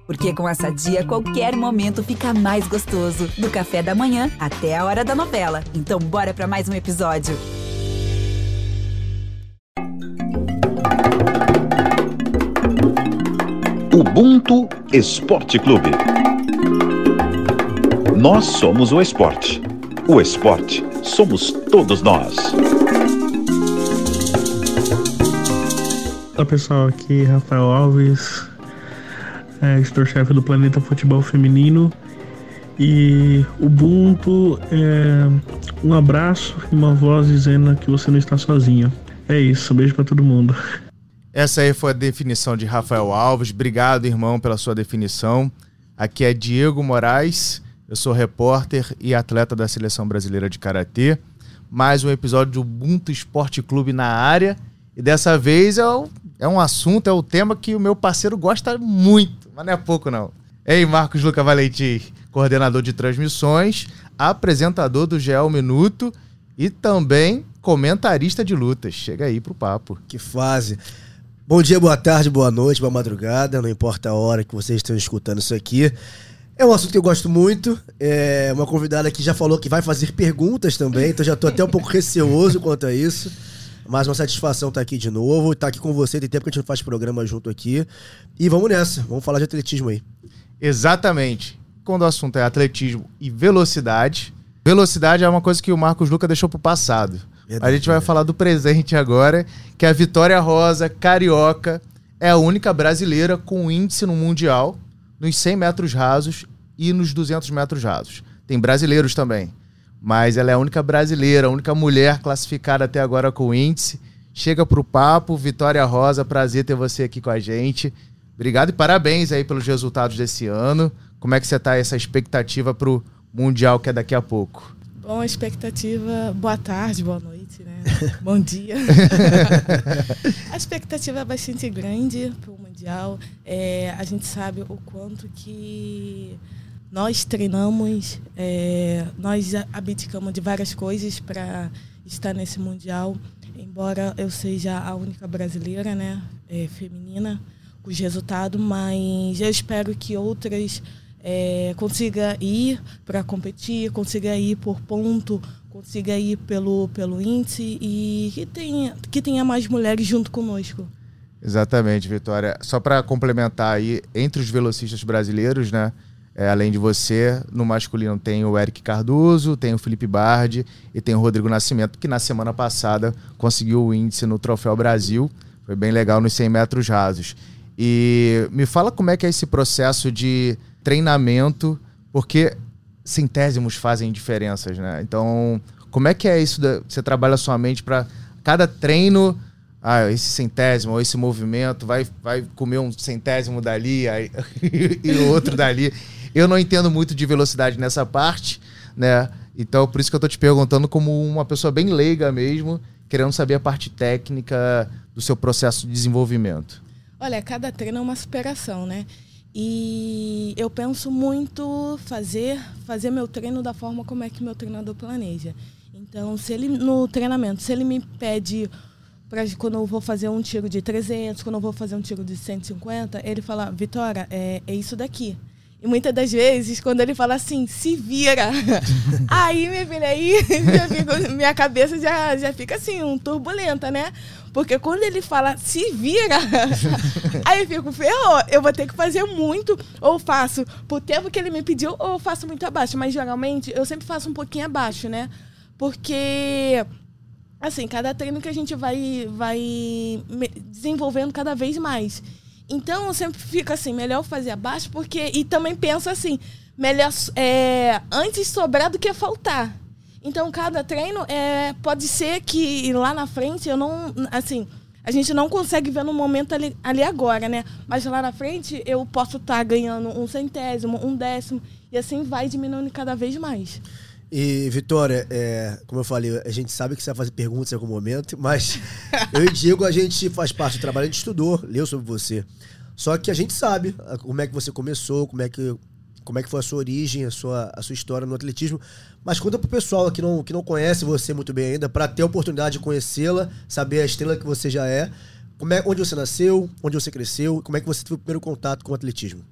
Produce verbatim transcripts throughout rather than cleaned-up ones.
Porque com a Sadia, qualquer momento fica mais gostoso. Do café da manhã até a hora da novela. Então bora pra mais um episódio. Ubuntu Esporte Clube. Nós somos o esporte. O esporte somos todos nós. Olá pessoal, aqui é Rafael Alves, é, editor-chefe do Planeta Futebol Feminino. E Ubuntu é um abraço e uma voz dizendo que você não está sozinha. É isso, beijo pra todo mundo. Essa aí foi a definição de Rafael Alves. Obrigado, irmão, pela sua definição. Aqui é Diego Moraes, eu sou repórter e atleta da Seleção Brasileira de Karatê. Mais um episódio do Ubuntu Esporte Clube na área. E dessa vez é, o, é um assunto, é o tema que o meu parceiro gosta muito, mas não é pouco não. Ei, Marcos Luca Valentim, coordenador de transmissões, apresentador do G E Minuto e também comentarista de lutas. Chega aí pro papo. Que fase. Bom dia, boa tarde, boa noite, boa madrugada, não importa a hora que vocês estão escutando isso aqui. É um assunto que eu gosto muito, é uma convidada que já falou que vai fazer perguntas também, então já tô até um pouco receoso quanto a isso. Mas uma satisfação estar aqui de novo, estar aqui com você, tem tempo que a gente não faz programa junto aqui. E vamos nessa, vamos falar de atletismo aí. Exatamente. Quando o assunto é atletismo e velocidade, velocidade é uma coisa que o Marcos Luca deixou pro passado. Verdade, a gente vai é. falar do presente agora, que é a Vitória Rosa, carioca, é a única brasileira com índice no Mundial, nos cem metros rasos e nos duzentos metros rasos. Tem brasileiros também. Mas ela é a única brasileira, a única mulher classificada até agora com índice. Chega pro papo, Vitória Rosa, prazer ter você aqui com a gente. Obrigado e parabéns aí pelos resultados desse ano. Como é que você tá essa expectativa pro Mundial que é daqui a pouco? Bom, a expectativa... Boa tarde, boa noite, né? Bom dia. A expectativa é bastante grande pro Mundial. É, a gente sabe o quanto que... Nós treinamos, é, nós abdicamos de várias coisas para estar nesse Mundial, embora eu seja a única brasileira, né, é, feminina, com os resultados, mas eu espero que outras é, consigam ir para competir, consigam ir por ponto, consigam ir pelo, pelo índice e que tenha, que tenha mais mulheres junto conosco. Exatamente, Vitória. Só para complementar aí, entre os velocistas brasileiros, né, É, além de você, no masculino tem o Eric Cardoso, tem o Felipe Bardi e tem o Rodrigo Nascimento, que na semana passada conseguiu o índice no Troféu Brasil. Foi bem legal nos cem metros rasos. E me fala como é que é esse processo de treinamento, porque centésimos fazem diferenças, né? Então, como é que é isso? Da, você trabalha a sua mente para cada treino... Ah, esse centésimo, ou esse movimento, vai, vai comer um centésimo dali aí, e o outro dali. Eu não entendo muito de velocidade nessa parte, né? Então, por isso que eu tô te perguntando como uma pessoa bem leiga mesmo, querendo saber a parte técnica do seu processo de desenvolvimento. Olha, cada treino é uma superação, né? E eu penso muito fazer, fazer meu treino da forma como é que meu treinador planeja. Então, se ele no treinamento, se ele me pede... Pra, quando eu vou fazer um tiro de trezentos, quando eu vou fazer um tiro de cento e cinquenta, ele fala, Vitória, é, é isso daqui. E muitas das vezes, quando ele fala assim, se vira, aí, minha filha, aí já fica, minha cabeça já, já fica assim, um turbulenta, né? Porque quando ele fala, se vira, aí eu fico, ferrou, eu vou ter que fazer muito, ou faço por tempo que ele me pediu, ou faço muito abaixo. Mas, geralmente, eu sempre faço um pouquinho abaixo, né? Porque... Assim, cada treino que a gente vai, vai desenvolvendo cada vez mais. Então, eu sempre fico assim, melhor fazer abaixo, porque... E também penso assim, melhor é, antes sobrar do que faltar. Então, cada treino é, pode ser que lá na frente eu não... Assim, a gente não consegue ver no momento ali, ali agora, né? Mas lá na frente eu posso estar ganhando um centésimo, um décimo, e assim vai diminuindo cada vez mais. E, Vitória, é, como eu falei, a gente sabe que você vai fazer perguntas em algum momento, mas eu e Diego, a gente faz parte do trabalho, a gente estudou, leu sobre você. Só que a gente sabe como é que você começou, como é que, como é que foi a sua origem, a sua, a sua história no atletismo. Mas conta pro pessoal que não, que não conhece você muito bem ainda, para ter a oportunidade de conhecê-la, saber a estrela que você já é. Como é, onde você nasceu, onde você cresceu, como é que você teve o primeiro contato com o atletismo?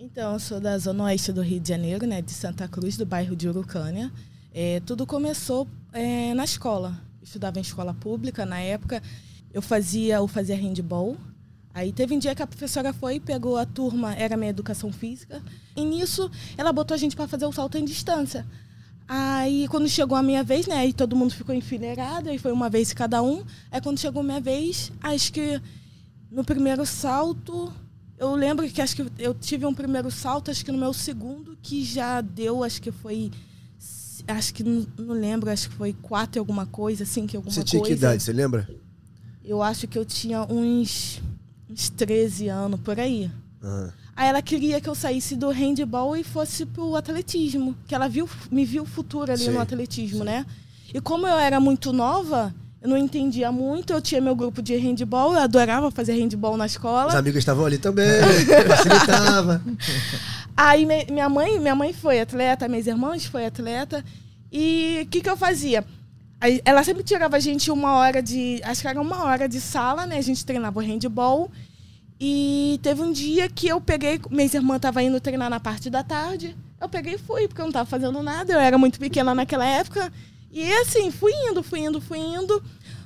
Então, eu sou da Zona Oeste do Rio de Janeiro, né, de Santa Cruz, do bairro de Urucânia. É, tudo começou é, na escola. Eu estudava em escola pública na época. Eu fazia, eu fazia handball. Aí teve um dia que a professora foi e pegou a turma, era minha educação física. E nisso, ela botou a gente para fazer o salto em distância. Aí, quando chegou a minha vez, né, aí todo mundo ficou enfileirado, aí foi uma vez cada um. Aí, quando chegou a minha vez, acho que no primeiro salto... Eu lembro que acho que eu tive um primeiro salto, acho que no meu segundo, que já deu, acho que foi... Acho que não, não lembro, acho que foi quatro alguma coisa, assim, que alguma coisa. Você tinha coisa. que idade, você lembra? Eu acho que eu tinha uns, uns treze anos, por aí. Uhum. Aí ela queria que eu saísse do handball e fosse pro atletismo, que ela viu, me viu futuro ali Sim. no atletismo, Sim. né? E como eu era muito nova... Eu não entendia muito, eu tinha meu grupo de handball, eu adorava fazer handball na escola. Os amigos estavam ali também, facilitava. Aí minha mãe, minha mãe foi atleta, minhas irmãs foi atleta. E o que, que eu fazia? Aí, ela sempre tirava a gente uma hora de... Acho que era uma hora de sala, né? A gente treinava o handball. E teve um dia que eu peguei... Minha irmã estava indo treinar na parte da tarde. Eu peguei e fui, porque eu não estava fazendo nada. Eu era muito pequena naquela época. E assim, fui indo, fui indo, fui indo.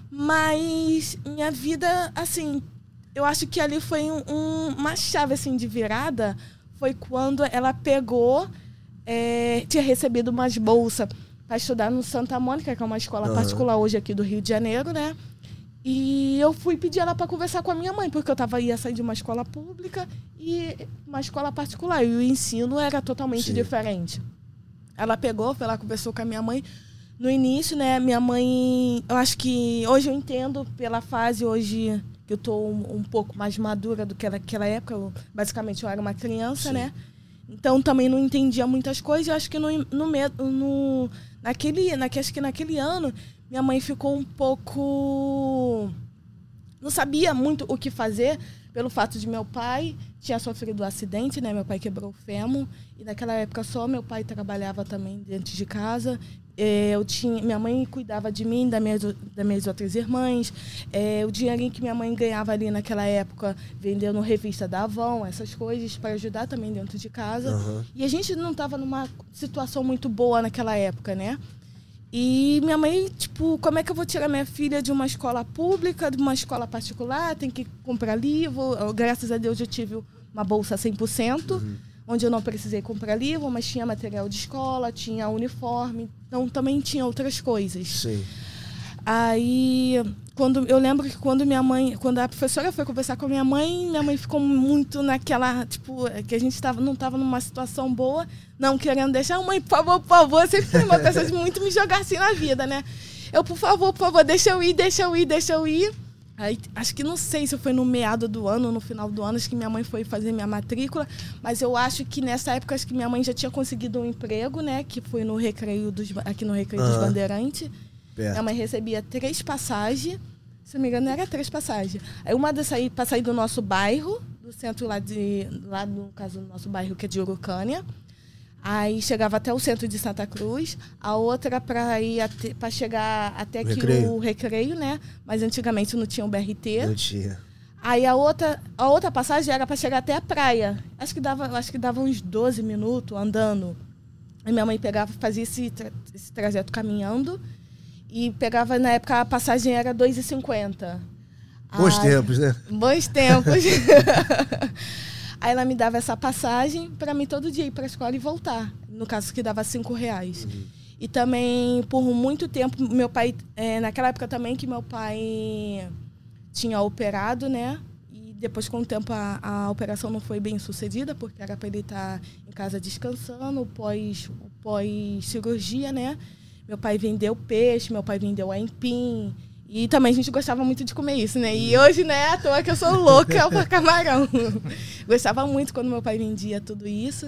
Mas minha vida, assim, eu acho que ali foi um, um, uma chave assim, de virada. Foi quando ela pegou, é, tinha recebido umas bolsas para estudar no Santa Mônica, que é uma escola uhum. particular hoje aqui do Rio de Janeiro, né? E eu fui pedir ela para conversar com a minha mãe, porque eu tava, ia sair de uma escola pública e uma escola particular. E o ensino era totalmente Sim. diferente. Ela pegou, foi lá, conversou com a minha mãe. No início, né, minha mãe... Eu acho que hoje eu entendo pela fase hoje que eu tô um, um pouco mais madura do que naquela época. Eu, basicamente, eu era uma criança, Sim. né? Então, também não entendia muitas coisas. Eu acho que no, no, no, naquele, naquele, acho que naquele ano, minha mãe ficou um pouco... Não sabia muito o que fazer pelo fato de meu pai tinha sofrido um acidente, né? Meu pai quebrou o fêmur. E naquela época só meu pai trabalhava também dentro de casa. Eu tinha, minha mãe cuidava de mim, das minhas, das minhas outras irmãs. É, o dinheirinho que minha mãe ganhava ali naquela época, vendendo revista da Avon, essas coisas, para ajudar também dentro de casa. Uhum. E a gente não estava numa situação muito boa naquela época, né? E minha mãe, tipo, como é que eu vou tirar minha filha de uma escola pública, de uma escola particular? Tem que comprar livro. Graças a Deus eu tive uma bolsa cem por cento. Uhum. Onde eu não precisei comprar livro, mas tinha material de escola, tinha uniforme, então também tinha outras coisas. Sim. Aí, quando, eu lembro que quando minha mãe, quando a professora foi conversar com a minha mãe, minha mãe ficou muito naquela, tipo, que a gente tava, não estava numa situação boa, não querendo deixar, mãe, por favor, por favor, sempre foi uma pessoa de muito me jogar assim na vida, né? Eu, por favor, por favor, deixa eu ir, deixa eu ir, deixa eu ir. Aí, acho que não sei se foi no meado do ano ou no final do ano, acho que minha mãe foi fazer minha matrícula, mas eu acho que nessa época, acho que minha mãe já tinha conseguido um emprego, né, que foi no Recreio dos, aqui no Recreio uhum. dos Bandeirantes. Perto. Minha mãe recebia três passagens, se não me engano, era três passagens. Aí uma dessa aí para sair do nosso bairro, do centro lá, de, lá no caso do nosso bairro, que é de Urucânia. Aí chegava até o centro de Santa Cruz, a outra para ir para chegar até aqui o Recreio, né? Mas antigamente não tinha o B R T. Não tinha. Aí a outra, a outra passagem era para chegar até a praia. Acho que dava, acho que dava uns doze minutos andando. Aí minha mãe pegava, fazia esse, tra esse trajeto caminhando e pegava, na época a passagem era dois reais e cinquenta centavos. Bons Ai, tempos, né? Bons tempos. Aí ela me dava essa passagem para mim todo dia ir para a escola e voltar. No caso, que dava cinco reais. Uhum. E também, por muito tempo, meu pai... É, naquela época também que meu pai tinha operado, né? E depois, com o tempo, a, a operação não foi bem sucedida, porque era para ele estar em casa descansando, pós, pós cirurgia, né? Meu pai vendeu peixe, meu pai vendeu aipim. E também a gente gostava muito de comer isso, né? E hoje, né, à toa que eu sou louca por camarão. Gostava muito quando meu pai vendia tudo isso.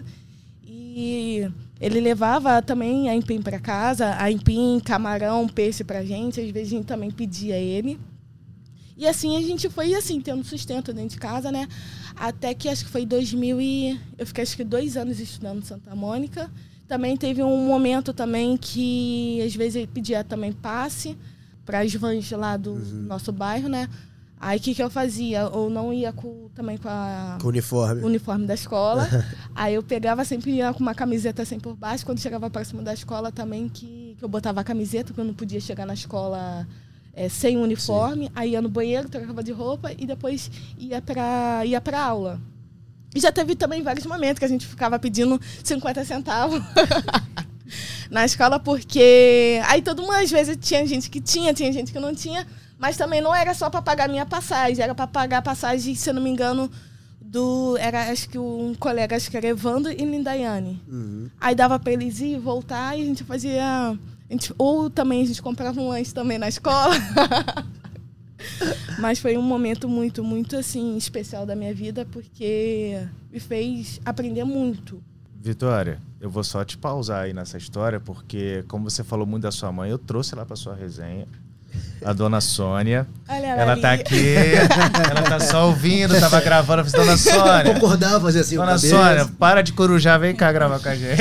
E ele levava também aipim para casa, aipim, camarão, peixe pra gente. Às vezes a gente também pedia ele. E assim a gente foi, assim, tendo sustento dentro de casa, né? Até que acho que foi dois mil e... Eu fiquei acho que dois anos estudando em Santa Mônica. Também teve um momento também que às vezes ele pedia também passe para as vans lá do uhum. nosso bairro, né? Aí o que, que eu fazia? Ou não ia com, também com a... Com o uniforme. O uniforme da escola. Aí eu pegava sempre, ia com uma camiseta assim por baixo. Quando chegava próximo da escola também, que, que eu botava a camiseta, porque eu não podia chegar na escola é, sem uniforme. Sim. Aí ia no banheiro, trocava de roupa e depois ia pra, ia pra aula. E já teve também vários momentos que a gente ficava pedindo cinquenta centavos na escola, porque aí todas umas vezes tinha gente que tinha, tinha gente que não tinha, mas também não era só para pagar minha passagem, era para pagar a passagem, se eu não me engano, do era acho que um colega, acho que era Evandro e Lindaiane. Uhum. Aí dava para eles ir, voltar e a gente fazia, a gente, ou também a gente comprava um lanche também na escola. Mas foi um momento muito, muito assim, especial da minha vida, porque me fez aprender muito. Vitória, eu vou só te pausar aí nessa história, porque como você falou muito da sua mãe, eu trouxe lá pra sua resenha a dona Sônia. Olha ela ali. Tá aqui, ela tá só ouvindo, tava gravando, eu fiz, dona Sônia. Concordava fazer assim. Dona Sônia, para de corujar, vem cá gravar com a gente.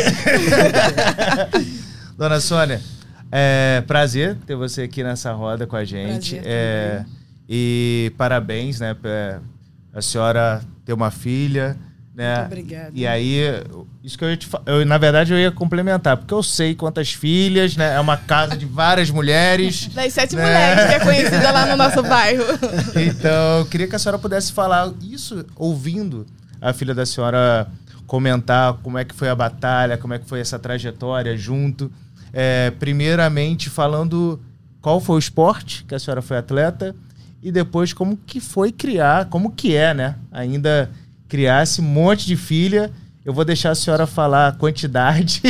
Dona Sônia, é prazer ter você aqui nessa roda com a gente. Prazer, é, e parabéns, né? A senhora ter uma filha, né? Muito obrigada. E aí, isso que eu ia te falar, eu, na verdade eu ia complementar, porque eu sei quantas filhas, né? É uma casa de várias mulheres. Das sete né? mulheres que é conhecida lá no nosso bairro. Então, eu queria que a senhora pudesse falar isso, ouvindo a filha da senhora comentar como é que foi a batalha, como é que foi essa trajetória junto. É, primeiramente falando qual foi o esporte que a senhora foi atleta e depois como que foi criar, como que é, né? Ainda criar esse monte de filha. Eu vou deixar a senhora falar a quantidade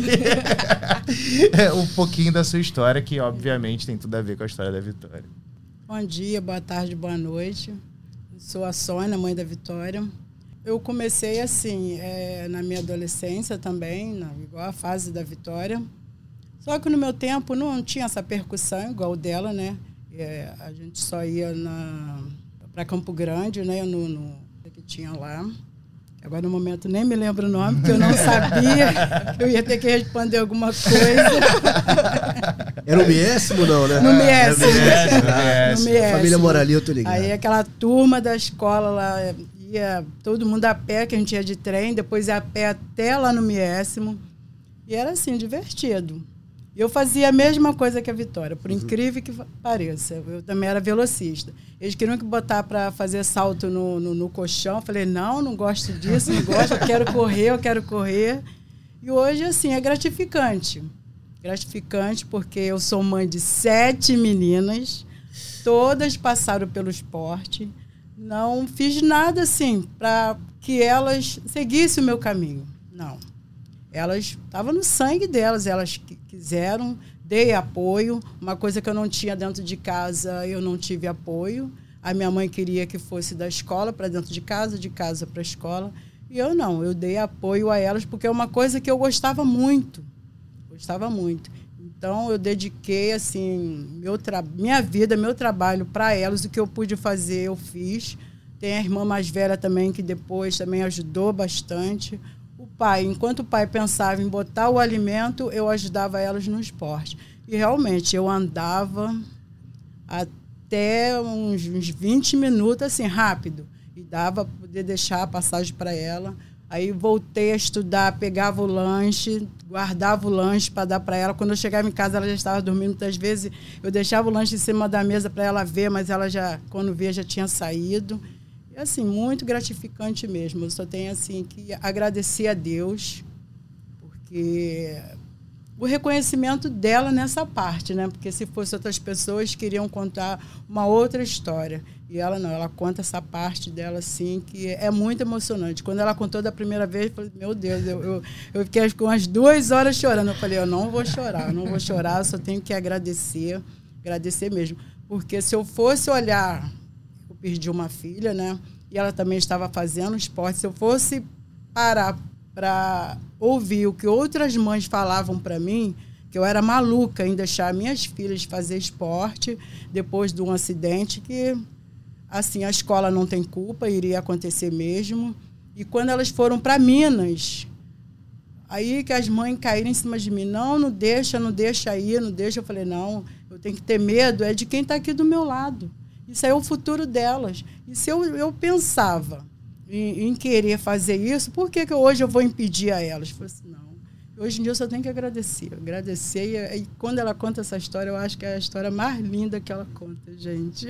um pouquinho da sua história, que obviamente tem tudo a ver com a história da Vitória. Bom dia, boa tarde, boa noite. Eu sou a Sônia, mãe da Vitória. Eu comecei assim, é, na minha adolescência também, na, igual a fase da Vitória. Só que no meu tempo não tinha essa percussão igual o dela, né? É, a gente só ia para Campo Grande, né? No, no que tinha lá. Agora, no momento, nem me lembro o nome, porque eu não sabia. Eu ia ter que responder alguma coisa. Era o Miésimo, não, né? No Miésimo. No Miésimo. Família Morali, eu tô ligado. Aí aquela turma da escola lá, ia todo mundo a pé, que a gente ia de trem, depois ia a pé até lá no Miésimo. E era assim, divertido. Eu fazia a mesma coisa que a Vitória, por incrível que pareça. Eu também era velocista. Eles queriam que botar para fazer salto no, no, no colchão. Eu falei, não, não gosto disso, não gosto, eu quero correr, eu quero correr. E hoje, assim, é gratificante. Gratificante porque eu sou mãe de sete meninas, todas passaram pelo esporte. Não fiz nada, assim, para que elas seguissem o meu caminho. Não. Elas estavam no sangue delas, elas quiseram, dei apoio. Uma coisa que eu não tinha dentro de casa, eu não tive apoio. A minha mãe queria que fosse da escola para dentro de casa, de casa para a escola. E eu não, eu dei apoio a elas, porque é uma coisa que eu gostava muito. Gostava muito. Então, eu dediquei, assim, meu tra- minha vida, meu trabalho para elas. O que eu pude fazer, eu fiz. Tem a irmã mais velha também, que depois também ajudou bastante. O pai, enquanto o pai pensava em botar o alimento, eu ajudava elas no esporte. E realmente, eu andava até uns, uns vinte minutos, assim, rápido. E dava para poder deixar a passagem para ela. Aí voltei a estudar, pegava o lanche, guardava o lanche para dar para ela. Quando eu chegava em casa, ela já estava dormindo. Muitas vezes eu deixava o lanche em cima da mesa para ela ver, mas ela já, quando via, já tinha saído. É assim, muito gratificante mesmo. Eu só tenho assim que agradecer a Deus, porque o reconhecimento dela nessa parte, né? Porque se fosse outras pessoas, queriam contar uma outra história. E ela não, ela conta essa parte dela, assim, que é muito emocionante. Quando ela contou da primeira vez, eu falei, meu Deus, eu, eu, eu fiquei com umas duas horas chorando. Eu falei, eu não vou chorar, eu não vou chorar, eu só tenho que agradecer, agradecer mesmo. Porque se eu fosse olhar... perdi uma filha, né? E ela também estava fazendo esporte. Se eu fosse parar para ouvir o que outras mães falavam para mim, que eu era maluca em deixar minhas filhas fazer esporte depois de um acidente, que, assim, a escola não tem culpa, iria acontecer mesmo. E quando elas foram para Minas, aí que as mães caíram em cima de mim, não, não deixa, não deixa ir, não deixa. Eu falei, não, eu tenho que ter medo, é de quem está aqui do meu lado. Isso é o futuro delas. E se eu, eu pensava em, em querer fazer isso, por que, que hoje eu vou impedir a elas? Eu falei assim, não. Hoje em dia eu só tenho que agradecer. Agradecer. E, e quando ela conta essa história, eu acho que é a história mais linda que ela conta, gente.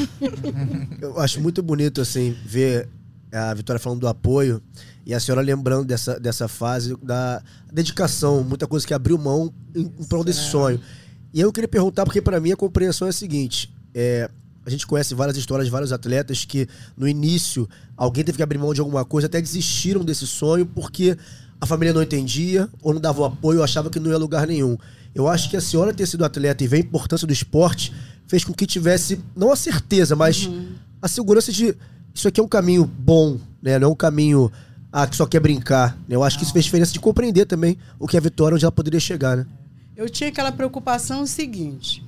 Eu acho muito bonito, assim, ver a Vitória falando do apoio e a senhora lembrando dessa, dessa fase da dedicação, muita coisa que abriu mão em, em prol desse sonho. E eu queria perguntar, porque para mim a compreensão é a seguinte, é, a gente conhece várias histórias de vários atletas que no início alguém teve que abrir mão de alguma coisa, até desistiram desse sonho porque a família não entendia ou não dava o apoio, ou achava que não ia a lugar nenhum. Eu acho que a senhora ter sido atleta e ver a importância do esporte fez com que tivesse, não a certeza, mas uhum. a segurança de isso aqui é um caminho bom, né? Não é um caminho ah, que só quer brincar. Né? Eu acho não. que isso fez diferença de compreender também o que é a Vitória, onde ela poderia chegar, né? Eu tinha aquela preocupação seguinte,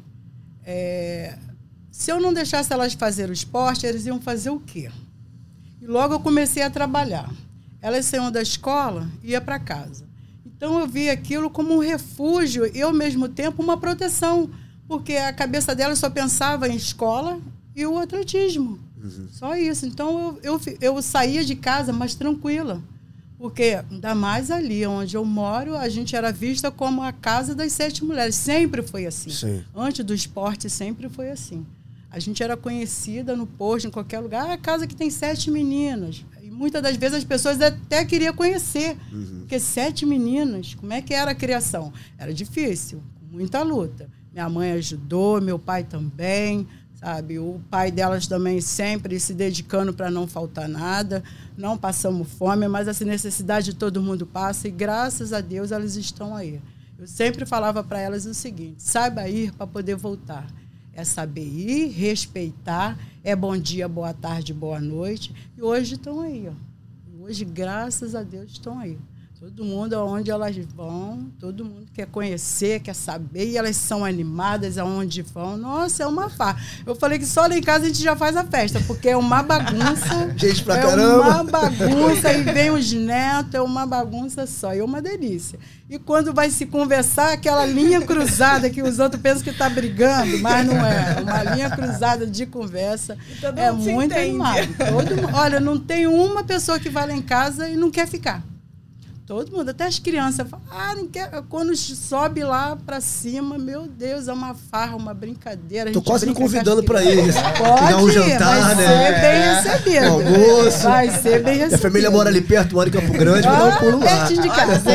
é, se eu não deixasse elas fazer o esporte, eles iam fazer o quê? E logo eu comecei a trabalhar. Elas saíam da escola e iam para casa. Então eu vi aquilo como um refúgio e ao mesmo tempo uma proteção, porque a cabeça delas só pensava em escola e o atletismo. Uhum. Só isso. Então eu, eu, eu saía de casa mais tranquila, porque ainda mais ali onde eu moro, a gente era vista como a casa das sete mulheres. Sempre foi assim. Sim. Antes do esporte sempre foi assim. A gente era conhecida no posto, em qualquer lugar, ah, a casa que tem sete meninas. E muitas das vezes as pessoas até queriam conhecer. Uhum. Porque sete meninas, como é que era a criação? Era difícil, com muita luta. Minha mãe ajudou, meu pai também, sabe? O pai delas também sempre se dedicando para não faltar nada. Não passamos fome, mas essa necessidade todo mundo passa e graças a Deus elas estão aí. Eu sempre falava para elas o seguinte, saiba ir para poder voltar. É saber ir, respeitar, é bom dia, boa tarde, boa noite. E hoje estão aí, ó. Hoje, graças a Deus, estão aí. Todo mundo, aonde elas vão, todo mundo quer conhecer, quer saber, e elas são animadas aonde vão. Nossa, é uma farra. Eu falei que só lá em casa a gente já faz a festa, porque é uma bagunça. Gente pra é caramba. É uma bagunça, e vem os netos, é uma bagunça só, e é uma delícia. E quando vai se conversar, aquela linha cruzada que os outros pensam que está brigando, mas não é. Uma linha cruzada de conversa. É muito animado. Todo, olha, não tem uma pessoa que vai lá em casa e não quer ficar. Todo mundo, até as crianças falam, ah, não quer. Quando sobe lá pra cima, meu Deus, é uma farra, uma brincadeira. Tô quase me convidando pra ir. Pode pegar um jantar, vai né? ser bem recebido. Almoço. Vai ser bem recebido. A família mora ali perto, mora em Campo Grande, vou dar um pulo lá. Pertinho de casa.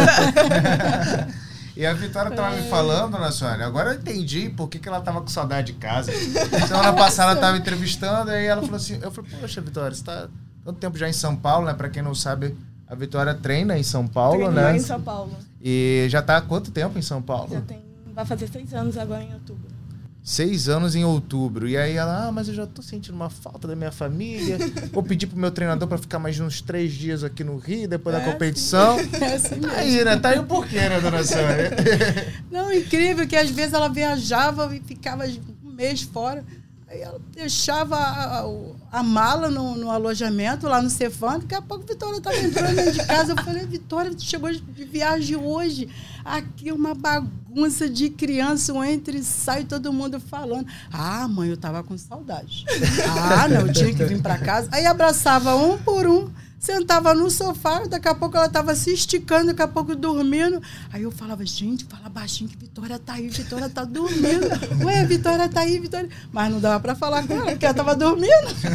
E a Vitória tava me falando, Dona Sônia, agora eu entendi por que, que ela tava com saudade de casa. Semana passada ela tava entrevistando, aí ela falou assim, eu falei, poxa, Vitória, você tá tanto tempo já em São Paulo, né? Pra quem não sabe, a Vitória treina em São Paulo, Treinou né? em São Paulo. E já tá há quanto tempo em São Paulo? Já tem, vai fazer seis anos agora em outubro. Seis anos em outubro. E aí ela, ah, mas eu já tô sentindo uma falta da minha família. Vou pedir pro meu treinador pra ficar mais uns três dias aqui no Rio, depois é da competição. Assim. É assim mesmo. Aí, né? Tá aí o porquê, né, Dona Sônia? Não, incrível que às vezes ela viajava e ficava um mês fora. Aí ela deixava a, a, a mala no, no alojamento, lá no Cefam. Daqui a pouco a Vitória estava entrando dentro de casa. Eu falei, Vitória, tu chegou de viagem hoje. Aqui uma bagunça de criança, um entra e sai, todo mundo falando. Ah, mãe, eu tava com saudade. Ah, não, eu tinha que vir para casa. Aí abraçava um por um. Sentava no sofá, daqui a pouco ela estava se esticando, daqui a pouco dormindo. Aí eu falava, gente, fala baixinho que Vitória tá aí, Vitória tá dormindo. Ué, Vitória tá aí, Vitória... Mas não dava para falar com ela, porque ela estava dormindo.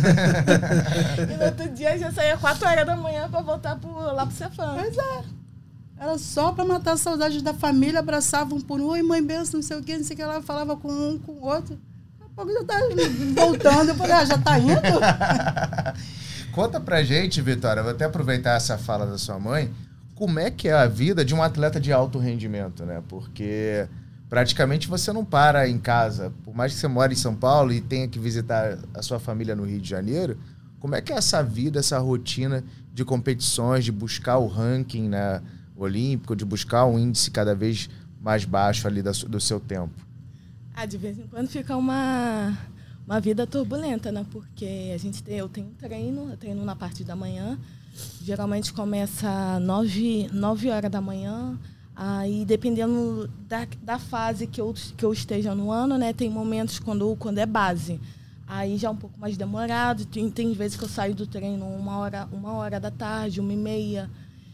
E no outro dia já saía quatro horas da manhã para voltar pro, lá pro Cefam. Pois é. Era só para matar a saudade da família, abraçava um por um. Oi, mãe, benção, não sei o quê, não sei o que. Ela falava com um, com o outro. Daqui a pouco já tá voltando. Eu falei, ah, já tá indo? Conta pra gente, Vitória, vou até aproveitar essa fala da sua mãe, como é que é a vida de um atleta de alto rendimento, né? Porque praticamente você não para em casa, por mais que você mora em São Paulo e tenha que visitar a sua família no Rio de Janeiro, como é que é essa vida, essa rotina de competições, de buscar o ranking, né, olímpico, de buscar um índice cada vez mais baixo ali da, do seu tempo? Ah, de vez em quando fica uma... Uma vida turbulenta, né? Porque a gente tem, eu tenho treino, eu treino na parte da manhã. Geralmente começa nove, nove horas da manhã. Aí, dependendo da, da fase que eu, que eu esteja no ano, né? Tem momentos quando, quando é base. Aí já é um pouco mais demorado. Tem, tem vezes que eu saio do treino uma hora, uma hora da tarde, uma e meia.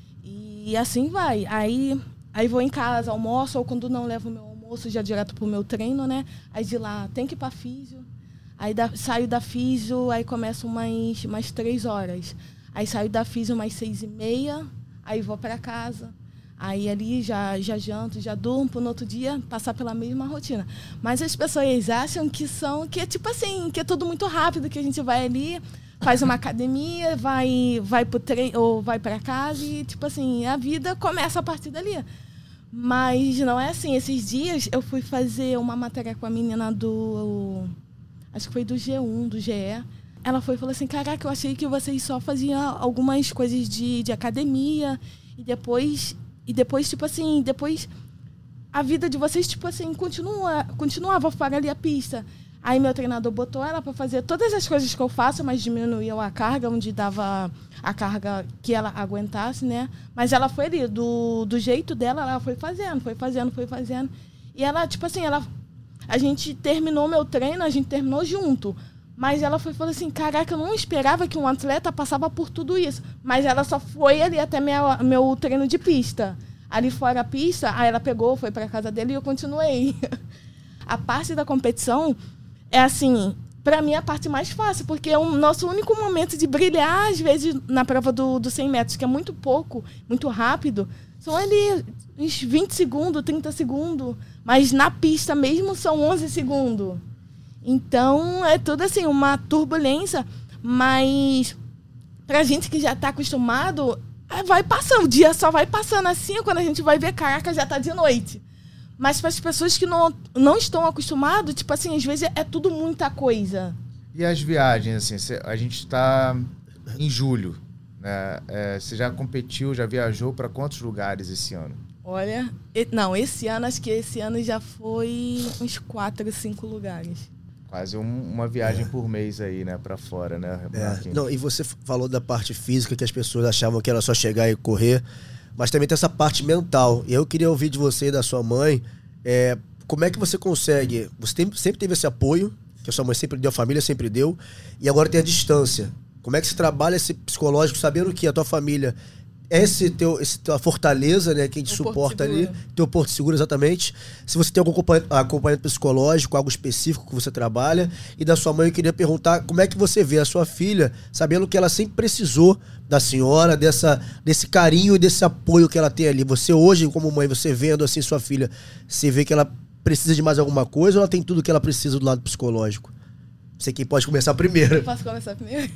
E assim vai. Aí, aí vou em casa, almoço, ou quando não levo meu almoço já direto pro meu treino, né? Aí de lá tem que ir pra físio. Aí da, saio da físio, aí começo umas, umas três horas. Aí saio da físio umas seis e meia, aí vou pra casa. Aí ali já, já janto, já durmo, no outro dia passar pela mesma rotina. Mas as pessoas acham que são, que é tipo assim, que é tudo muito rápido, que a gente vai ali, faz uma academia, vai, vai pro treino, ou vai pra casa e tipo assim, a vida começa a partir dali. Mas não é assim. Esses dias eu fui fazer uma matéria com a menina do, acho que foi do G um, do G E. Ela foi e falou assim, caraca, eu achei que vocês só faziam algumas coisas de, de academia e depois... E depois, tipo assim, depois a vida de vocês, tipo assim, continua, continuava fora ali a pista. Aí meu treinador botou ela para fazer todas as coisas que eu faço, mas diminuiu a carga, onde dava a carga que ela aguentasse, né? Mas ela foi ali, do, do jeito dela, ela foi fazendo, foi fazendo, foi fazendo. E ela, tipo assim, ela, a gente terminou meu treino, a gente terminou junto. Mas ela foi falou assim, caraca, eu não esperava que um atleta passava por tudo isso. Mas ela só foi ali até minha, meu treino de pista. Ali fora a pista, aí ela pegou, foi pra casa dele e eu continuei. A parte da competição é assim, pra mim a parte mais fácil, porque é o nosso único momento de brilhar, às vezes, na prova do, do cem metros, que é muito pouco, muito rápido. São ali uns vinte segundos, trinta segundos. Mas na pista mesmo são onze segundos. Então, é tudo assim, uma turbulência, mas pra gente que já está acostumado, vai passando, o dia só vai passando assim, quando a gente vai ver, caraca, já tá de noite. Mas para as pessoas que não, não estão acostumadas, tipo assim, às vezes é tudo muita coisa. E as viagens, assim, a gente está em julho, né? É, você já competiu, já viajou para quantos lugares esse ano? Olha, não, esse ano, acho que esse ano já foi uns quatro, cinco lugares. Quase um, uma viagem é. por mês aí, né? Pra fora, né? É. Não, e você falou da parte física, que as pessoas achavam que era só chegar e correr, mas também tem essa parte mental. E eu queria ouvir de você e da sua mãe, é, como é que você consegue... Você tem, sempre teve esse apoio, que a sua mãe sempre deu, a família sempre deu, e agora tem a distância. Como é que você trabalha esse psicológico, sabendo que a tua família... Esse teu, esse tua fortaleza, né, que a gente o suporta ali, teu porto seguro, exatamente. Se você tem algum acompanhamento psicológico, algo específico que você trabalha. E da sua mãe, eu queria perguntar como é que você vê a sua filha, sabendo que ela sempre precisou da senhora, dessa, desse carinho e desse apoio que ela tem ali. Você hoje, como mãe, você vendo assim sua filha, você vê que ela precisa de mais alguma coisa ou ela tem tudo que ela precisa do lado psicológico? Você quem pode começar primeiro. Posso começar primeiro?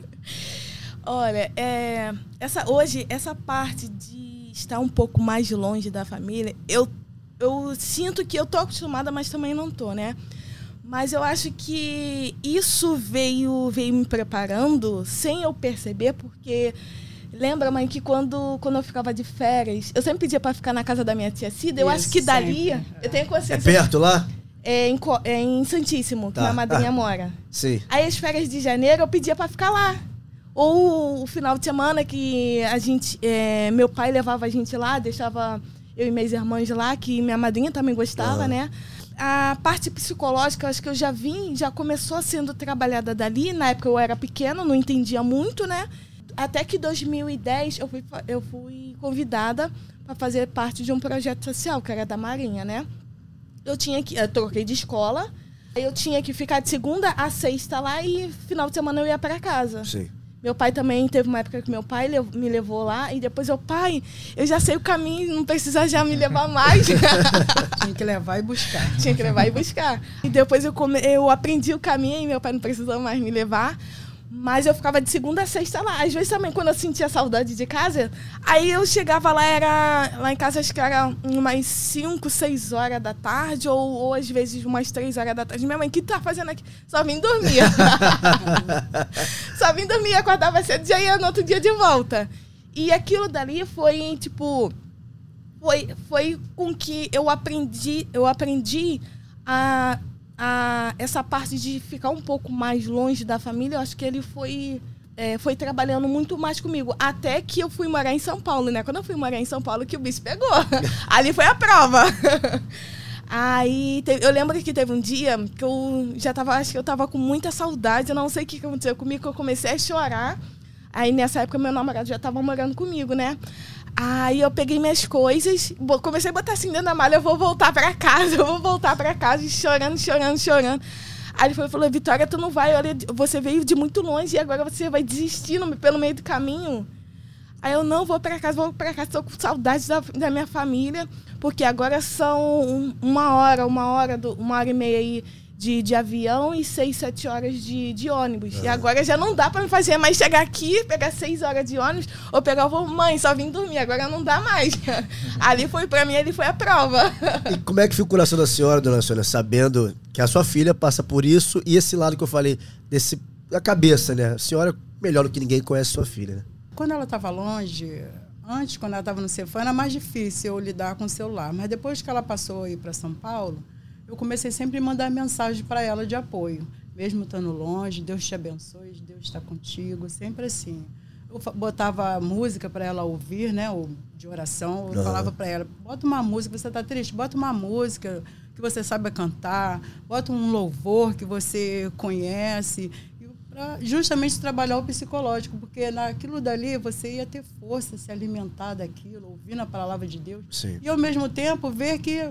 Olha, é, essa, hoje, essa parte de estar um pouco mais longe da família, eu, eu sinto que eu tô acostumada, mas também não tô, né? Mas eu acho que isso veio, veio me preparando sem eu perceber, porque lembra, mãe, que quando, quando eu ficava de férias, eu sempre pedia para ficar na casa da minha tia Cida, eu isso, acho que dali, sempre. Eu tenho consciência... É perto lá? É em, é em Santíssimo, tá. que minha madrinha ah, mora. Sim. Aí as férias de janeiro eu pedia para ficar lá. Ou o final de semana que a gente, é, meu pai levava a gente lá, deixava eu e minhas irmãs lá, que minha madrinha também gostava, uhum. né? A parte psicológica, acho que eu já vim, já começou sendo trabalhada dali. Na época eu era pequena, não entendia muito, né? Até que em dois mil e dez eu fui, eu fui convidada para fazer parte de um projeto social, que era da Marinha, né? Eu tinha que, eu troquei de escola, eu tinha que ficar de segunda a sexta lá e final de semana eu ia para casa. Sim. Meu pai também, teve uma época que meu pai me levou lá e depois eu, pai, eu já sei o caminho, não precisa já me levar mais. Tinha que levar e buscar. Tinha que levar e buscar. E depois eu, come, eu aprendi o caminho e meu pai não precisou mais me levar. Mas eu ficava de segunda a sexta lá. Às vezes também, quando eu sentia saudade de casa, aí eu chegava lá, era lá em casa, acho que era umas cinco, seis horas da tarde, ou, ou às vezes umas três horas da tarde. Minha mãe, o que tu tá fazendo aqui? Só vim dormir. Só vim dormir, acordava cedo e já ia no outro dia de volta. E aquilo dali foi, tipo, foi, foi com que eu aprendi, eu aprendi a... A, essa parte de ficar um pouco mais longe da família, eu acho que ele foi, é, foi trabalhando muito mais comigo. Até que eu fui morar em São Paulo, né? Quando eu fui morar em São Paulo, que o bicho pegou. Ali foi a prova. Aí, teve, eu lembro que teve um dia que eu já tava, acho que eu tava com muita saudade, eu não sei o que aconteceu comigo, que eu comecei a chorar. Aí, nessa época, meu namorado já tava morando comigo, né? Aí, eu peguei minhas coisas, comecei a botar assim dentro da malha, eu vou voltar pra casa, eu vou voltar pra casa, e chorando, chorando, chorando. Aí, ele falou, falou, Vitória, tu não vai, olha, você veio de muito longe e agora você vai desistir no, pelo meio do caminho. Aí, eu não vou pra casa, vou pra casa, tô com saudade da, da minha família, porque agora são uma hora, uma hora, do, uma hora e meia aí de, de avião e seis, sete horas de, de ônibus. É. E agora já não dá para me fazer mais chegar aqui, pegar seis horas de ônibus, ou pegar o voo, mãe, só vim dormir, agora não dá mais. Ali foi, para mim, ali foi a prova. E como é que fica o coração da senhora, dona Sônia, sabendo que a sua filha passa por isso e esse lado que eu falei, desse, da cabeça, né? A senhora, melhor do que ninguém, conhece sua filha, né? Quando ela estava longe... Antes, quando ela estava no Cefam, era mais difícil eu lidar com o celular. Mas depois que ela passou a ir para São Paulo, eu comecei sempre a mandar mensagem para ela de apoio. Mesmo estando longe, Deus te abençoe, Deus está contigo, sempre assim. Eu botava música para ela ouvir, né, de oração. Eu uhum. falava para ela, bota uma música, você está triste? Bota uma música que você saiba cantar, bota um louvor que você conhece... Pra justamente trabalhar o psicológico, porque naquilo dali você ia ter força, se alimentar daquilo, ouvindo a palavra de Deus. Sim. E, ao mesmo tempo, ver que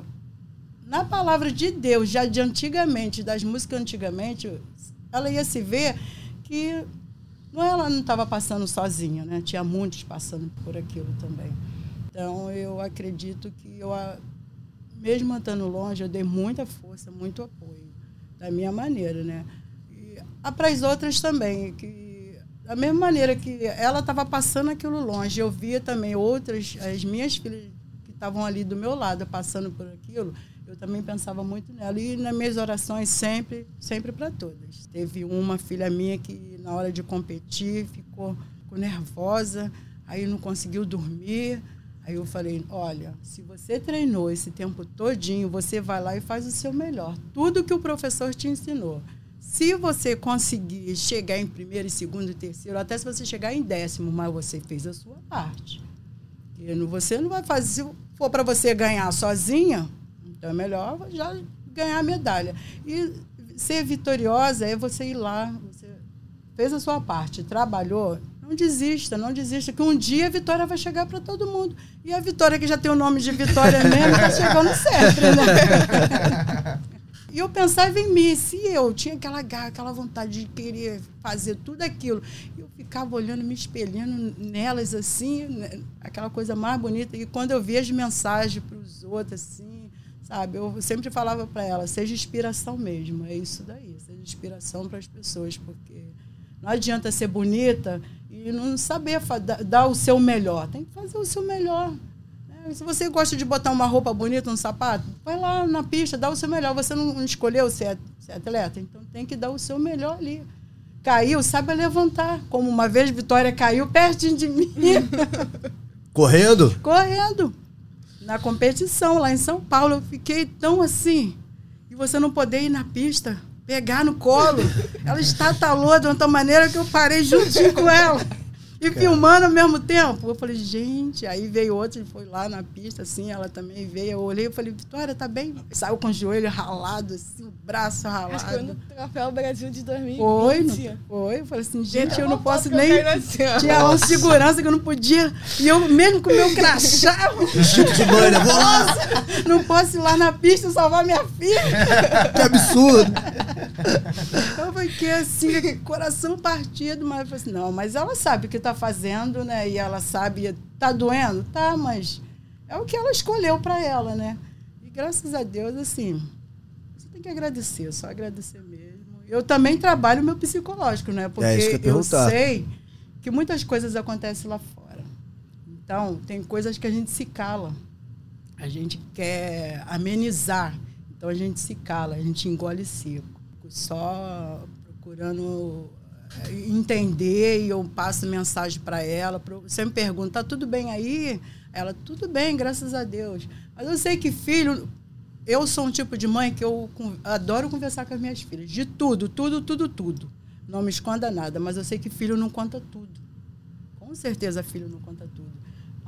na palavra de Deus, já de antigamente, das músicas antigamente, ela ia se ver que não, ela não estava passando sozinha, né? Tinha muitos passando por aquilo também. Então, eu acredito que, eu, mesmo estando longe, eu dei muita força, muito apoio, da minha maneira, né? Para as outras também, que da mesma maneira que ela estava passando aquilo longe, eu via também outras, as minhas filhas que estavam ali do meu lado passando por aquilo, eu também pensava muito nela. E nas minhas orações sempre, sempre para todas. Teve uma filha minha que na hora de competir ficou, ficou nervosa, aí não conseguiu dormir. Aí eu falei, olha, se você treinou esse tempo todinho, você vai lá e faz o seu melhor. Tudo que o professor te ensinou. Se você conseguir chegar em primeiro, segundo e terceiro, até se você chegar em décimo, mas você fez a sua parte. E você não vai fazer, se for para você ganhar sozinha, então é melhor já ganhar a medalha. E ser vitoriosa é você ir lá, você fez a sua parte, trabalhou, não desista, não desista, que um dia a vitória vai chegar para todo mundo. E a Vitória, que já tem o nome de Vitória mesmo, está chegando sempre, né? E eu pensava em mim, se eu tinha aquela garra, aquela vontade de querer fazer tudo aquilo, eu ficava olhando, me espelhando nelas, assim, né, aquela coisa mais bonita. E quando eu via as mensagens para os outros, assim, sabe, eu sempre falava para elas, seja inspiração mesmo, é isso daí, seja inspiração para as pessoas, porque não adianta ser bonita e não saber dar o seu melhor, tem que fazer o seu melhor. Se você gosta de botar uma roupa bonita, um sapato, vai lá na pista, dá o seu melhor. Você não escolheu ser atleta, então tem que dar o seu melhor ali. Caiu, sabe levantar. Como uma vez Vitória caiu pertinho de mim. Correndo? Correndo. Na competição, lá em São Paulo. Eu fiquei tão assim. E você não poder ir na pista, pegar no colo. Ela estatalou de uma tal maneira que eu parei juntinho com ela. E filmando ao mesmo tempo. Eu falei, gente, aí veio outro, ele foi lá na pista, assim, ela também veio. Eu olhei e falei, Vitória, tá bem? Saiu com o joelho ralado, assim, o braço ralado. Acho que foi no Troféu Brasil de dois mil e vinte. Foi, não, foi. Eu falei assim, gente, eu não posso nem... Tinha um segurança que eu não podia. E eu, mesmo com o meu crachá... Chico de mãe, né? Não posso ir lá na pista salvar minha filha. Que absurdo. Eu fiquei assim, coração partido, mas eu falei assim, não, mas ela sabe o que tá fazendo, né? E ela sabe, tá doendo? Tá, mas é o que ela escolheu para ela, né? E graças a Deus, assim, você tem que agradecer, só agradecer mesmo. Eu também trabalho o meu psicológico, né? Porque é isso que eu, eu sei que muitas coisas acontecem lá fora. Então, tem coisas que a gente se cala. A gente quer amenizar. Então, a gente se cala, a gente engole seco. Só procurando entender, e eu passo mensagem para ela. Você me pergunta, tá tudo bem aí? Ela, tudo bem, graças a Deus. Mas eu sei que filho... Eu sou um tipo de mãe que eu adoro conversar com as minhas filhas. De tudo, tudo, tudo, tudo. Não me esconda nada, mas eu sei que filho não conta tudo. Com certeza filho não conta tudo.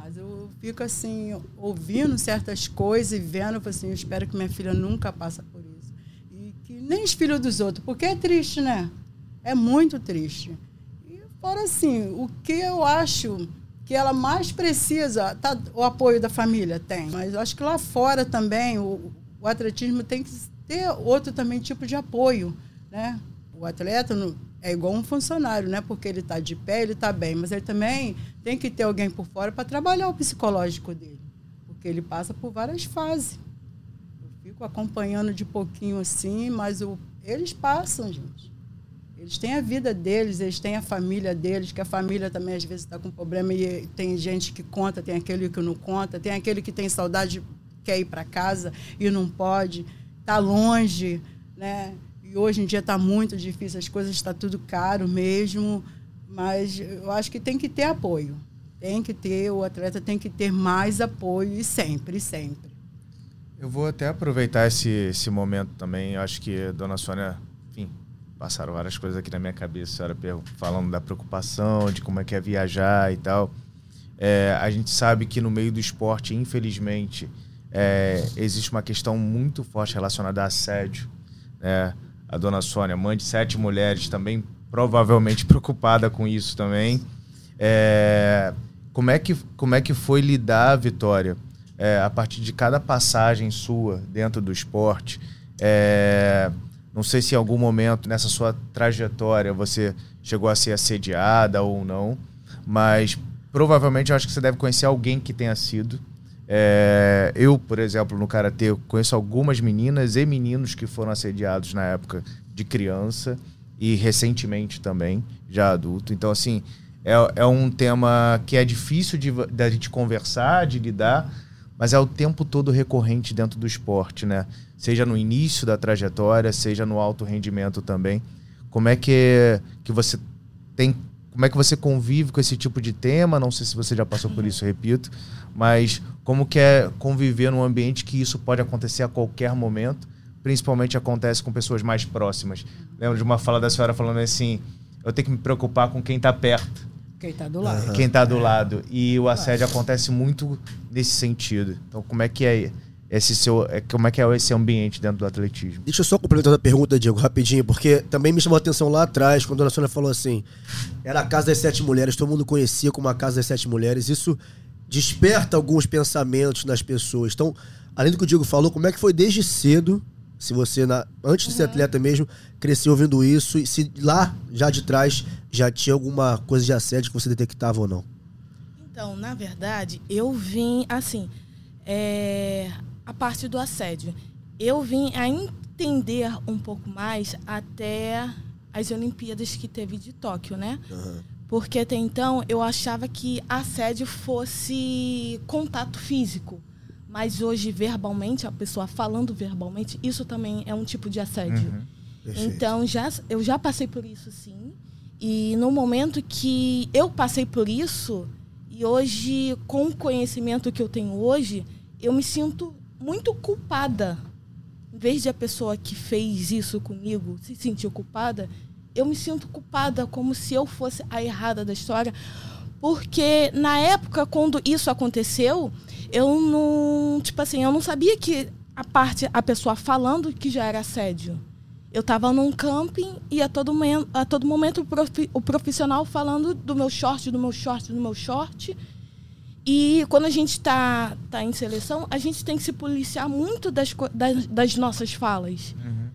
Mas eu fico assim, ouvindo certas coisas e vendo, assim, eu espero que minha filha nunca passe por isso. E que nem os filhos dos outros, porque é triste, né? É muito triste. E fora assim, o que eu acho que ela mais precisa, tá, o apoio da família tem, mas eu acho que lá fora também o, o atletismo tem que ter outro também tipo de apoio, né? O atleta não, é igual um funcionário, né? Porque ele está de pé, ele está bem, mas ele também tem que ter alguém por fora para trabalhar o psicológico dele, porque ele passa por várias fases. Eu fico acompanhando de pouquinho assim, mas o, eles passam, gente. Eles têm a vida deles, eles têm a família deles, que a família também às vezes está com problema e tem gente que conta, tem aquele que não conta, tem aquele que tem saudade, quer ir para casa e não pode, está longe, né? E hoje em dia está muito difícil, as coisas estão tudo caro mesmo, mas eu acho que tem que ter apoio. Tem que ter, o atleta tem que ter mais apoio e sempre, sempre. Eu vou até aproveitar esse, esse momento também, eu acho que a dona Sônia, enfim, passaram várias coisas aqui na minha cabeça, a senhora falando da preocupação, de como é que é viajar e tal. É, a gente sabe que no meio do esporte, infelizmente, é, existe uma questão muito forte relacionada a assédio, né? A dona Sônia, mãe de sete mulheres, também provavelmente preocupada com isso também. É, como, é que, como é que foi lidar, Vitória, é, a partir de cada passagem sua dentro do esporte? É, não sei se em algum momento nessa sua trajetória você chegou a ser assediada ou não, mas provavelmente eu acho que você deve conhecer alguém que tenha sido. É, eu, por exemplo, no Karatê, conheço algumas meninas e meninos que foram assediados na época de criança e recentemente também, já adulto. Então, assim, é, é um tema que é difícil de, de a gente conversar, de lidar, mas é o tempo todo recorrente dentro do esporte, né? Seja no início da trajetória, seja no alto rendimento também. Como é que, que você tem... Como é que você convive com esse tipo de tema? Não sei se você já passou por isso, repito. Mas como que é conviver num ambiente que isso pode acontecer a qualquer momento? Principalmente acontece com pessoas mais próximas. Lembro de uma fala da senhora falando assim, eu tenho que me preocupar com quem está perto. Quem está do lado. Quem está do lado. E o assédio acontece muito nesse sentido. Então como é que é... Esse seu, como é que é esse ambiente dentro do atletismo? Deixa eu só complementar a pergunta, Diego, rapidinho, porque também me chamou a atenção lá atrás, quando a dona Sônia falou assim, era a Casa das Sete Mulheres, todo mundo conhecia como a Casa das Sete Mulheres, isso desperta alguns pensamentos nas pessoas. Então, além do que o Diego falou, como é que foi desde cedo, se você, na, antes de ser atleta mesmo, cresceu ouvindo isso, e se lá, já de trás, já tinha alguma coisa de assédio que você detectava ou não? Então, na verdade, eu vim, assim, é... a parte do assédio. Eu vim a entender um pouco mais até as Olimpíadas que teve de Tóquio, né? Uhum. Porque até então eu achava que assédio fosse contato físico. Mas hoje, verbalmente, a pessoa falando verbalmente, isso também é um tipo de assédio. Uhum. Então, já, eu já passei por isso, sim. E no momento que eu passei por isso, e hoje, com o conhecimento que eu tenho hoje, eu me sinto muito culpada. Em vez de a pessoa que fez isso comigo se sentir culpada, eu me sinto culpada como se eu fosse a errada da história. Porque na época, quando isso aconteceu, eu não, tipo assim, eu não sabia que a parte, a pessoa falando que já era assédio. Eu estava num camping e a todo momento, a todo momento o, profi, o profissional falando do meu short, do meu short, do meu short. E quando a gente está tá em seleção, a gente tem que se policiar muito das, das, das nossas falas. Uhum.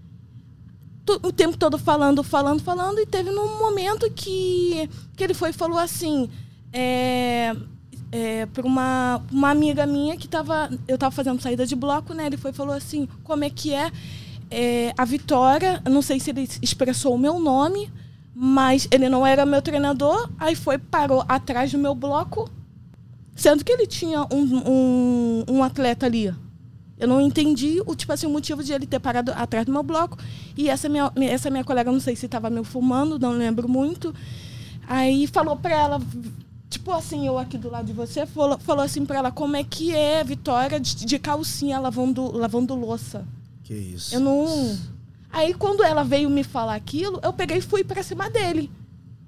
O tempo todo falando, falando, falando. E teve num momento que, que ele foi e falou assim, é, é, para uma, uma amiga minha que estava... Eu estava fazendo saída de bloco, né? Ele foi e falou assim, como é que é, é a Vitória... Eu não sei se ele expressou o meu nome, mas ele não era meu treinador. Aí foi, parou atrás do meu bloco, sendo que ele tinha um, um, um atleta ali. Eu não entendi o, tipo assim, o motivo de ele ter parado atrás do meu bloco. E essa minha, essa minha colega, não sei se estava me fumando, não lembro muito. Aí falou para ela, tipo assim, eu aqui do lado de você, falou, falou assim para ela, como é que é, Vitória, de, de calcinha lavando, lavando louça. Que isso. Eu não... Aí quando ela veio me falar aquilo, eu peguei e fui para cima dele.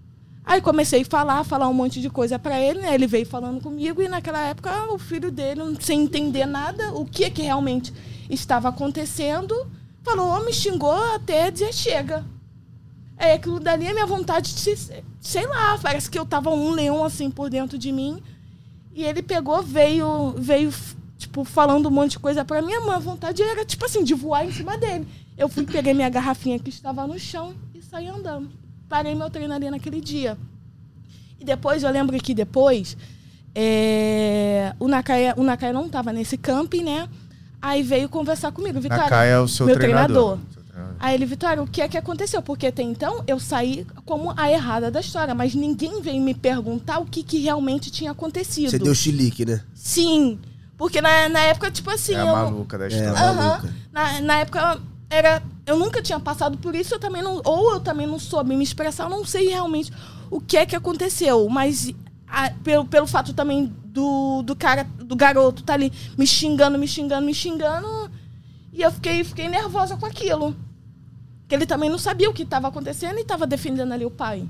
Aí comecei a falar, falar um monte de coisa pra ele, né? Ele veio falando comigo e naquela época o filho dele, sem entender nada, o que que realmente estava acontecendo, falou, me xingou até dizer chega. É aquilo dali, a minha vontade de, sei lá, parece que eu tava um leão assim por dentro de mim. E ele pegou, veio, veio tipo, falando um monte de coisa pra mim. A minha vontade era, tipo assim, de voar em cima dele. Eu fui, peguei minha garrafinha que estava no chão e saí andando. Parei meu treino ali naquele dia. E depois, eu lembro que depois, é, o Nakaya, o Nakaya não estava nesse camping, né? Aí veio conversar comigo. Vitória, Nakaya é o seu meu treinador. treinador. Aí ele, Vitória, o que é que aconteceu? Porque até então eu saí como a errada da história, mas ninguém veio me perguntar o que, que realmente tinha acontecido. Você deu chilique, né? Sim. Porque na, na época, tipo assim... É a eu, maluca da história. É, Aham. maluca. Na, na época, era, eu nunca tinha passado por isso, eu também não, ou eu também não soube me expressar, eu não sei realmente o que é que aconteceu. Mas a, pelo, pelo fato também do, do cara, do garoto tá ali me xingando, me xingando, me xingando, e eu fiquei, fiquei nervosa com aquilo. Porque ele também não sabia o que estava acontecendo e estava defendendo ali o pai.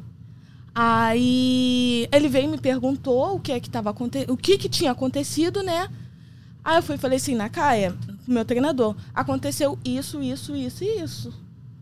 Aí ele veio e me perguntou o que é que estava acontecendo, o que que tinha acontecido, né? Aí eu fui e falei assim, Nakaya, meu treinador, aconteceu isso, isso, isso e isso.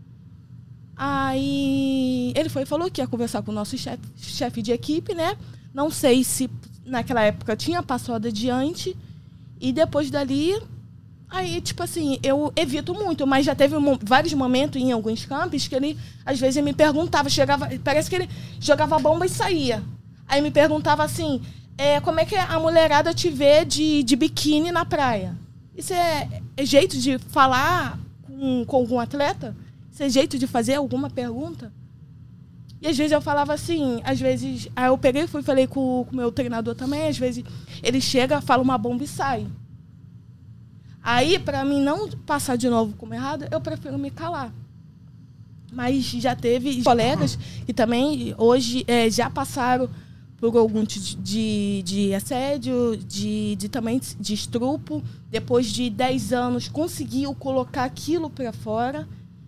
Aí ele foi e falou que ia conversar com o nosso chefe, chefe de equipe, né? Não sei se naquela época tinha passado adiante. E depois dali, aí, tipo assim, eu evito muito, mas já teve um, vários momentos em alguns campos que ele, às vezes, ele me perguntava, chegava, parece que ele jogava bomba e saía. Aí me perguntava assim, é, como é que a mulherada te vê de, de biquíni na praia? Isso é, é jeito de falar com, com algum atleta? Isso é jeito de fazer alguma pergunta? E às vezes eu falava assim, às vezes... Aí eu peguei e fui falei com o meu treinador também, às vezes ele chega, fala uma bomba e sai. Aí, para mim não passar de novo como errado, eu prefiro me calar. Mas já teve colegas que também hoje é, já passaram por algum de, de, de assédio, de, de também de estupro. Depois de dez anos, conseguiu colocar aquilo para fora.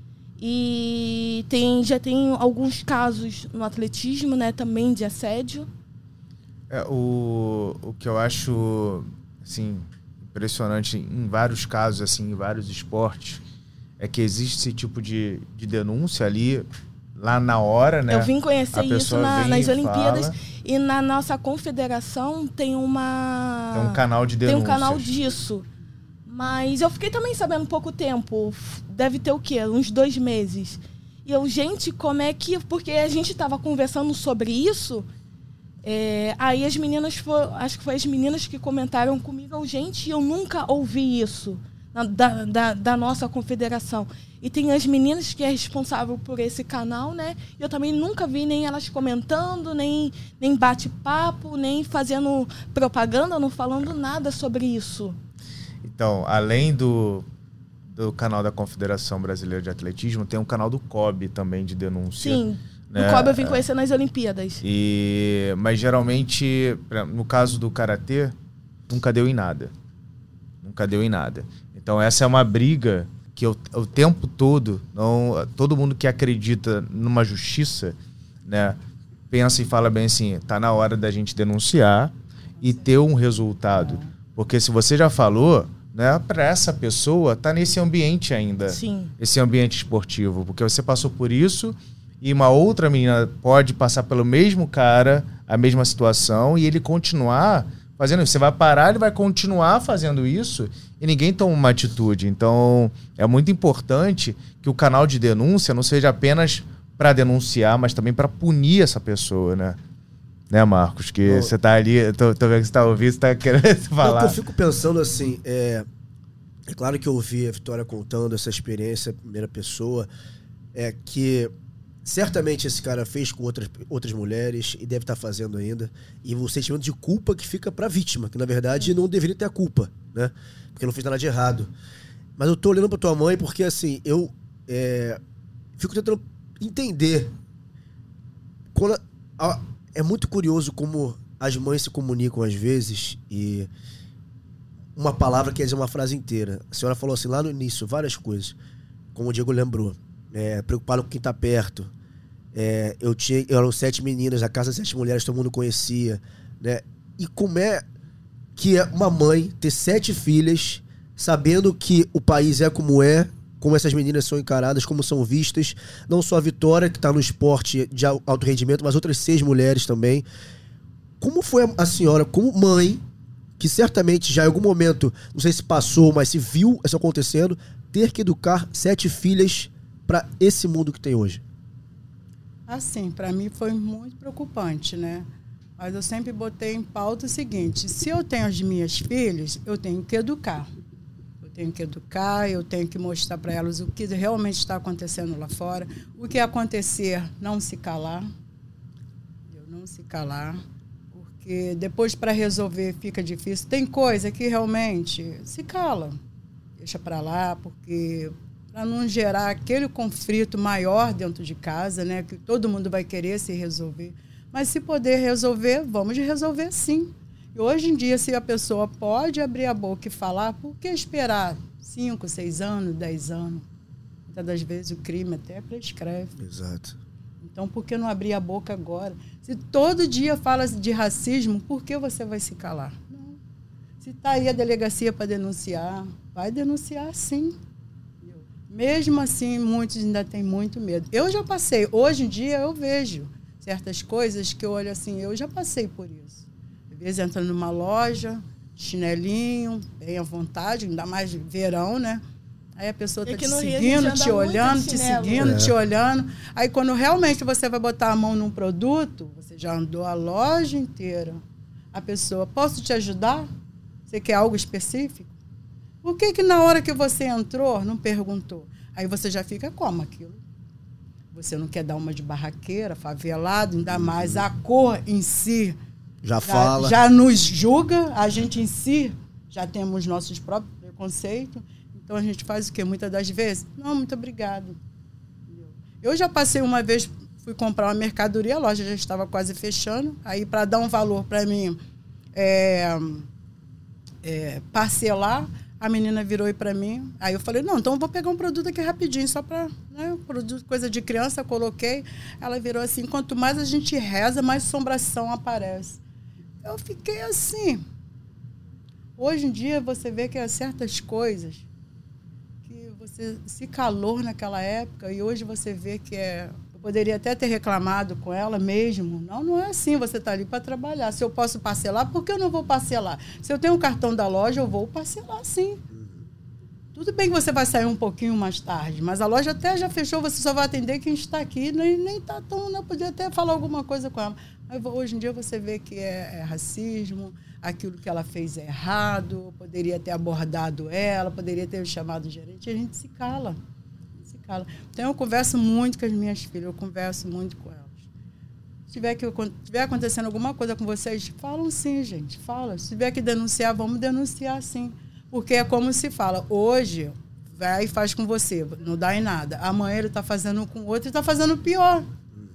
E tem, já tem alguns casos no atletismo, né, também de assédio. É, o, o que eu acho assim, impressionante em vários casos, assim, em vários esportes, é que existe esse tipo de, de denúncia ali, lá na hora, né? Eu vim conhecer isso na, nas Olimpíadas fala, e na nossa confederação tem uma... Tem um canal de denúncias. Tem um canal disso. Mas eu fiquei também sabendo pouco tempo. Deve ter o quê? Uns dois meses. E eu, gente, como é que... Porque a gente estava conversando sobre isso. É, aí as meninas... For, acho que foi as meninas que comentaram comigo. Eu, gente, eu nunca ouvi isso na, da, da, da nossa confederação. E tem as meninas que é responsável por esse canal, né? E eu também nunca vi nem elas comentando, nem, nem bate-papo, nem fazendo propaganda, não falando nada sobre isso. Então, além do, do canal da Confederação Brasileira de Atletismo, tem um canal do C O B também de denúncia. Sim, né? o C O B eu vim conhecer nas Olimpíadas. E, mas geralmente, no caso do Karatê, nunca deu em nada. Nunca deu em nada. Então essa é uma briga que eu, o tempo todo, não, todo mundo que acredita numa justiça, né, pensa e fala bem assim, tá na hora da gente denunciar e ter um resultado. Porque se você já falou, né, para essa pessoa tá nesse ambiente ainda. Sim. Esse ambiente esportivo. Porque você passou por isso e uma outra menina pode passar pelo mesmo cara, a mesma situação, e ele continuar fazendo isso. Você vai parar, ele vai continuar fazendo isso e ninguém toma uma atitude. Então, é muito importante que o canal de denúncia não seja apenas para denunciar, mas também para punir essa pessoa, né? Né, Marcos? Que você tá ali, tô, tô vendo que você tá ouvindo, você tá querendo falar. Não, eu fico pensando assim, é, é claro que eu ouvi a Vitória contando essa experiência em primeira pessoa, é que certamente esse cara fez com outras, outras mulheres e deve estar fazendo ainda, e o sentimento de culpa que fica pra vítima, que na verdade não deveria ter a culpa, né? Porque não fez nada de errado. Mas eu tô olhando pra tua mãe porque assim, eu é, fico tentando entender quando a, a, é muito curioso como as mães se comunicam às vezes e uma palavra quer dizer uma frase inteira. A senhora falou assim lá no início, várias coisas, como o Diego lembrou. É, preocupado com quem tá perto. É, eu tinha, eram sete meninas, a casa das sete mulheres, todo mundo conhecia, né? E como é que é uma mãe ter sete filhas, sabendo que o país é como é, como essas meninas são encaradas, como são vistas, não só a Vitória, que está no esporte de alto rendimento, mas outras seis mulheres também. Como foi a senhora, como mãe, que certamente já em algum momento, não sei se passou, mas se viu isso acontecendo, ter que educar sete filhas para esse mundo que tem hoje? Assim, para mim foi muito preocupante, né? Mas eu sempre botei em pauta o seguinte: se eu tenho as minhas filhas, eu tenho que educar. Eu tenho que educar, eu tenho que mostrar para elas o que realmente está acontecendo lá fora. O que acontecer, não se calar. Não se calar. Porque depois, para resolver, fica difícil. Tem coisa que realmente se cala. Deixa para lá, porque para não gerar aquele conflito maior dentro de casa, né, que todo mundo vai querer se resolver. Mas se poder resolver, vamos resolver sim. E hoje em dia, se a pessoa pode abrir a boca e falar, por que esperar cinco, seis anos, dez anos? Muitas das vezes o crime até prescreve. Exato. Então, por que não abrir a boca agora? Se todo dia fala de racismo, por que você vai se calar? Não. Se está aí a delegacia para denunciar, vai denunciar sim. Mesmo assim, muitos ainda têm muito medo. Eu já passei. Hoje em dia, eu vejo certas coisas que eu olho assim, eu já passei por isso. Às vezes entra numa loja, chinelinho, bem à vontade, ainda mais verão, né? Aí a pessoa está te seguindo, te olhando, te seguindo, te olhando. Aí quando realmente você vai botar a mão num produto, você já andou a loja inteira. A pessoa, posso te ajudar? Você quer algo específico? Por que que na hora que você entrou, não perguntou? Aí você já fica como aquilo? Você não quer dar uma de barraqueira, favelado, ainda mais a cor em si. Já, já fala. Já nos julga, a gente em si já temos nossos próprios preconceitos. Então a gente faz o quê? Muitas das vezes? Não, muito obrigado. Eu já passei uma vez, fui comprar uma mercadoria, a loja já estava quase fechando. Aí para dar um valor para mim, é, é, parcelar, a menina virou aí para mim. Aí eu falei, não, então eu vou pegar um produto aqui rapidinho, só para, né, produto, coisa de criança, eu coloquei. Ela virou assim, quanto mais a gente reza, mais assombração aparece. Eu fiquei assim. Hoje em dia você vê que há certas coisas que você se calou naquela época e hoje você vê que é... Eu poderia até ter reclamado com ela mesmo. Não, não é assim, você está ali para trabalhar. Se eu posso parcelar, por que eu não vou parcelar? Se eu tenho um cartão da loja, eu vou parcelar sim. Tudo bem que você vai sair um pouquinho mais tarde, mas a loja até já fechou, você só vai atender quem está aqui, nem, nem tá tão... Eu podia até falar alguma coisa com ela. Mas hoje em dia você vê que é, é racismo, aquilo que ela fez é errado, poderia ter abordado ela, poderia ter chamado o gerente, e a gente se cala. Se cala. Então eu converso muito com as minhas filhas, eu converso muito com elas. Se tiver, que, tiver acontecendo alguma coisa com vocês, falam sim, gente, fala. Se tiver que denunciar, vamos denunciar sim. Porque é como se fala, hoje vai e faz com você, não dá em nada. Amanhã ele está fazendo com o outro e está fazendo pior.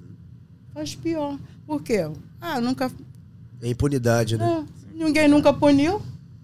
Faz pior. Por quê? Ah, nunca... É impunidade, né? É, ninguém nunca puniu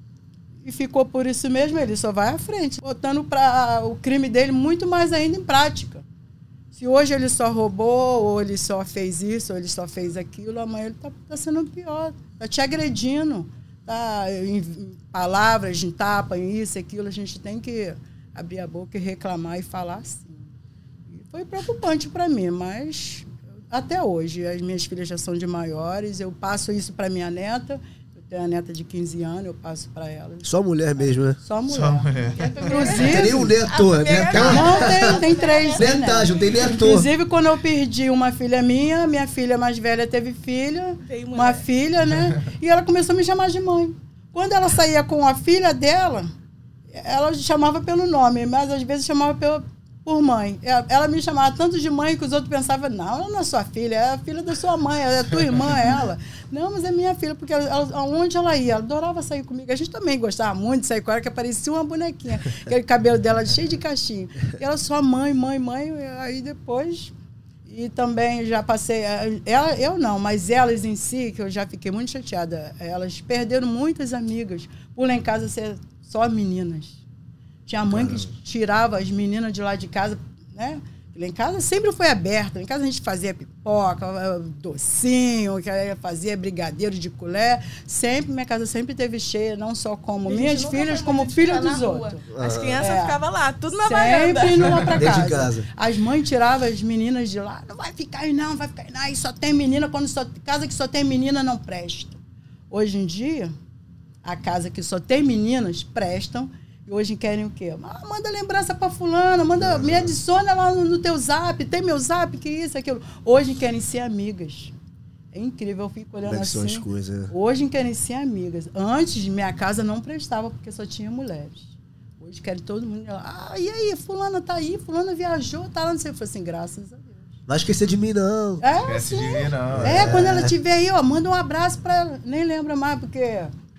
e ficou por isso mesmo, ele só vai à frente, botando pra, o crime dele muito mais ainda em prática. Se hoje ele só roubou, ou ele só fez isso, ou ele só fez aquilo, amanhã ele está tá sendo pior, está te agredindo. Tá, em, em palavras, em tapa, em isso, aquilo, a gente tem que abrir a boca e reclamar e falar assim. E foi preocupante para mim, mas até hoje, as minhas filhas já são de maiores, eu passo isso para minha neta, eu tenho a neta de quinze anos, eu passo para ela. Só mulher mesmo, né? Só mulher. Só mulher. Inclusive, tem nem um neto, né? Não, tem, tem três. Metade, não tem neto. Inclusive, quando eu perdi uma filha minha, minha filha mais velha teve filha, uma filha, né? E ela começou a me chamar de mãe. Quando ela saía com a filha dela, ela chamava pelo nome, mas às vezes chamava pelo, por mãe. Ela me chamava tanto de mãe que os outros pensavam, não, ela não é sua filha, é a filha da sua mãe, é a tua irmã, é ela. Não, mas é minha filha, porque ela, aonde ela ia, ela adorava sair comigo. A gente também gostava muito de sair com ela, que parecia uma bonequinha. Aquele cabelo dela cheio de cachinho. E ela só mãe, mãe, mãe, aí depois... E também já passei, ela, eu não, mas elas em si, que eu já fiquei muito chateada, elas perderam muitas amigas por lá em casa ser só meninas. Tinha mãe Caramba. que tirava as meninas de lá de casa, né? Lá em casa sempre foi aberto. Lá em casa a gente fazia pipoca, docinho, fazia brigadeiro de colher. Sempre, minha casa sempre teve cheia, não só como minhas filhas, como filhas dos outros. As crianças É. ficavam lá, tudo na Sempre varanda. indo lá pra Dentro casa. de casa. As mães tiravam as meninas de lá. Não vai ficar aí não, vai ficar aí não. Aí só tem menina, quando só, casa que só tem menina não presta. Hoje em dia, a casa que só tem meninas prestam. E hoje querem o quê? Ah, manda lembrança pra fulana, manda, me adiciona lá no, no teu zap, tem meu zap, que isso, aquilo. Hoje querem ser amigas. É incrível, eu fico olhando Como é que assim. são as coisas? Hoje querem ser amigas. Antes, minha casa não prestava, porque só tinha mulheres. Hoje querem todo mundo. Ah, e aí, fulana tá aí, fulana viajou, tá lá, não sei. Eu falei assim, graças a Deus. Não vai esquecer de mim, não. É, Esquece sim. de mim, não. É, quando ela estiver aí, ó, manda um abraço pra ela. Nem lembra mais, porque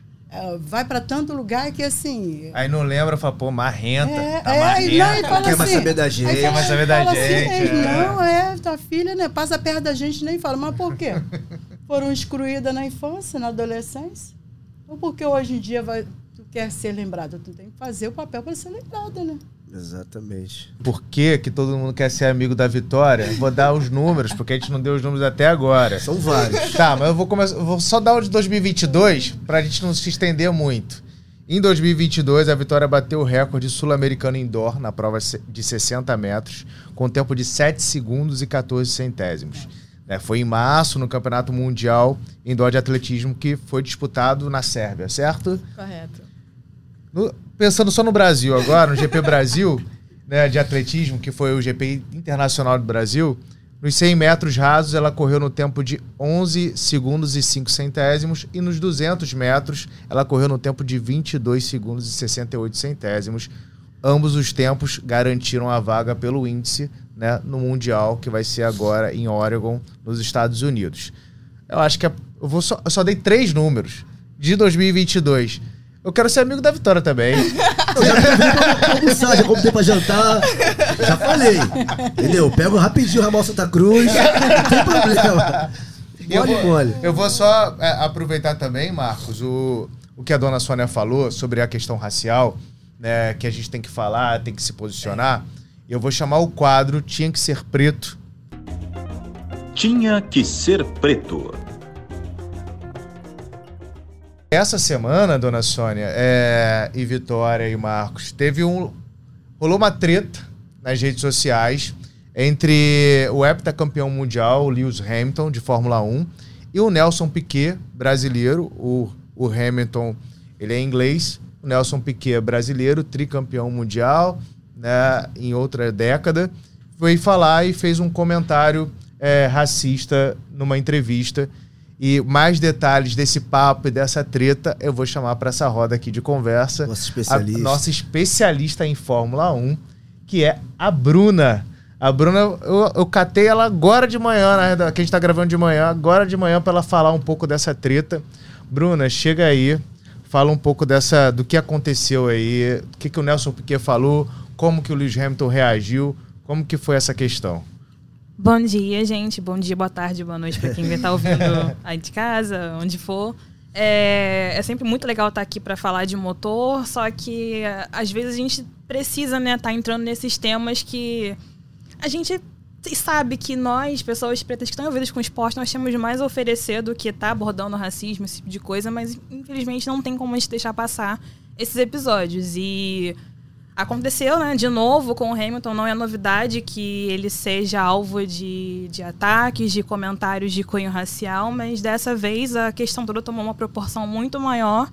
é, vai pra tanto lugar que assim. Aí não lembra, fala, pô, marrenta. É, tá é, marrenta. e não, e fala Quer assim, mais saber da gente. aí Quer mais saber da fala gente, Assim mesmo, é. Não, é, tua filha, né? Passa perto da gente nem fala. Mas por quê? Foram excluídas na infância, na adolescência. Ou porque hoje em dia vai, tu quer ser lembrada? Tu tem que fazer o papel para ser lembrada, né? Exatamente. Por que que todo mundo quer ser amigo da Vitória? Vou dar os números, porque a gente não deu os números até agora. São vários. Tá, mas eu vou começar, eu vou só dar o de dois mil e vinte e dois pra gente não se estender muito. Em dois mil e vinte e dois, a Vitória bateu o recorde sul-americano indoor na prova de sessenta metros, com tempo de sete segundos e quatorze centésimos. É, foi em março, no Campeonato Mundial Indoor de Atletismo, que foi disputado na Sérvia, certo? Correto. No- pensando só no Brasil agora, no G P Brasil, né, de atletismo, que foi o G P Internacional do Brasil, nos cem metros rasos ela correu no tempo de onze segundos e cinco centésimos e nos duzentos metros ela correu no tempo de vinte e dois segundos e sessenta e oito centésimos. Ambos os tempos garantiram a vaga pelo índice, né, no Mundial, que vai ser agora em Oregon, nos Estados Unidos. Eu acho que é, eu, vou só, eu só dei três números de dois mil e vinte e dois. Eu quero ser amigo da Vitória também. Eu já comprei pra almoçar, já comprei pra jantar. Já falei. Entendeu? Pego rapidinho o Ramal Santa Cruz. Não tem problema. Eu Mole, vou, mole. eu vou só é, aproveitar também, Marcos, o, o que a dona Sônia falou sobre a questão racial, né, que a gente tem que falar, tem que se posicionar. Eu vou chamar o quadro Tinha que Ser Preto. Tinha que ser preto. Essa semana, dona Sônia, é, e Vitória e Marcos, teve um... rolou uma treta nas redes sociais entre o heptacampeão mundial, o Lewis Hamilton, de Fórmula um, e o Nelson Piquet, brasileiro. O, o Hamilton, ele é inglês. O Nelson Piquet é brasileiro, tricampeão mundial, né, em outra década. Foi falar e fez um comentário é, racista numa entrevista. E mais detalhes desse papo e dessa treta eu vou chamar para essa roda aqui de conversa. Nossa especialista. A nossa especialista em Fórmula um, que é a Bruna. A Bruna, eu, eu catei ela agora de manhã, né, que a gente tá gravando de manhã, agora de manhã para ela falar um pouco dessa treta. Bruna, chega aí, fala um pouco dessa, do que aconteceu aí, o que, que o Nelson Piquet falou, como que o Lewis Hamilton reagiu, como que foi essa questão. Bom dia, gente. Bom dia, boa tarde, boa noite para quem vai estar ouvindo aí de casa, onde for. É, é sempre muito legal estar aqui para falar de motor, só que às vezes a gente precisa, né, estar entrando nesses temas que a gente sabe que nós, pessoas pretas que estão envolvidas com esporte, nós temos mais a oferecer do que estar abordando racismo, esse tipo de coisa, mas infelizmente não tem como a gente deixar passar esses episódios. E aconteceu, né, de novo com o Hamilton, não é novidade que ele seja alvo de, de ataques, de comentários de cunho racial, mas dessa vez a questão toda tomou uma proporção muito maior,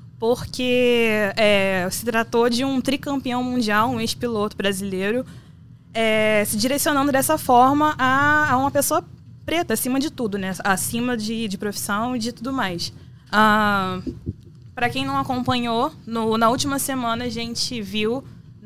porque é, se tratou de um tricampeão mundial, um ex-piloto brasileiro, é, se direcionando dessa forma a, a uma pessoa preta, acima de tudo, né, acima de, de profissão e de tudo mais. Ah, para quem não acompanhou, no, na última semana a gente viu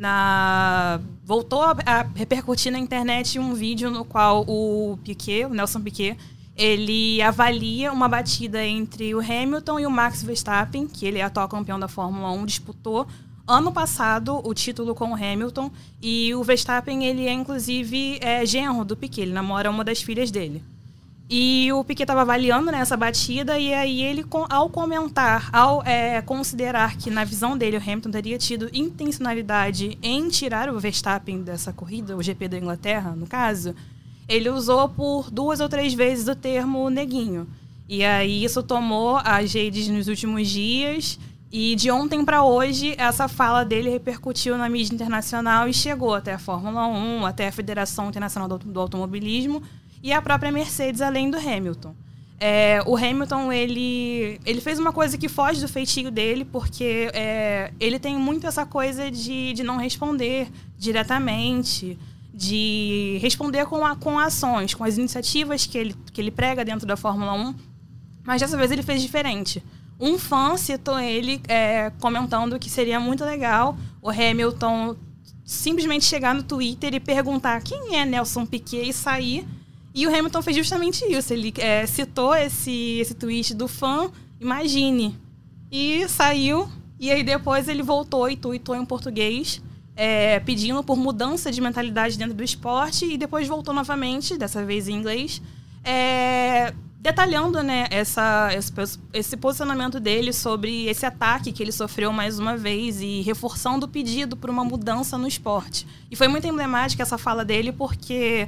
Na... voltou a, a repercutir na internet um vídeo no qual o Piquet, o Nelson Piquet, ele avalia uma batida entre o Hamilton e o Max Verstappen, que ele é atual campeão da Fórmula um, disputou ano passado o título com o Hamilton, e o Verstappen, ele é inclusive é, genro do Piquet, ele namora uma das filhas dele. E o Piquet estava avaliando, né, essa batida, e aí ele, ao comentar, ao é, considerar que, na visão dele, o Hamilton teria tido intencionalidade em tirar o Verstappen dessa corrida, o G P da Inglaterra, no caso, ele usou por duas ou três vezes o termo neguinho. E aí isso tomou as redes nos últimos dias, e de ontem para hoje, essa fala dele repercutiu na mídia internacional e chegou até a Fórmula um, até a Federação Internacional do, do Automobilismo, e a própria Mercedes, além do Hamilton. É, o Hamilton, ele, ele fez uma coisa que foge do feitio dele, porque é, ele tem muito essa coisa de, de não responder diretamente, de responder com, a, com ações, com as iniciativas que ele, que ele prega dentro da Fórmula um, mas dessa vez ele fez diferente. Um fã citou ele é, comentando que seria muito legal o Hamilton simplesmente chegar no Twitter e perguntar quem é Nelson Piquet e sair. E o Hamilton fez justamente isso. Ele é, citou esse, esse tweet do fã, imagine. E saiu. E aí depois ele voltou e tweetou em português, é, pedindo por mudança de mentalidade dentro do esporte. E depois voltou novamente, dessa vez em inglês, é, detalhando, né, essa, esse, esse posicionamento dele sobre esse ataque que ele sofreu mais uma vez e reforçando o pedido por uma mudança no esporte. E foi muito emblemática essa fala dele porque...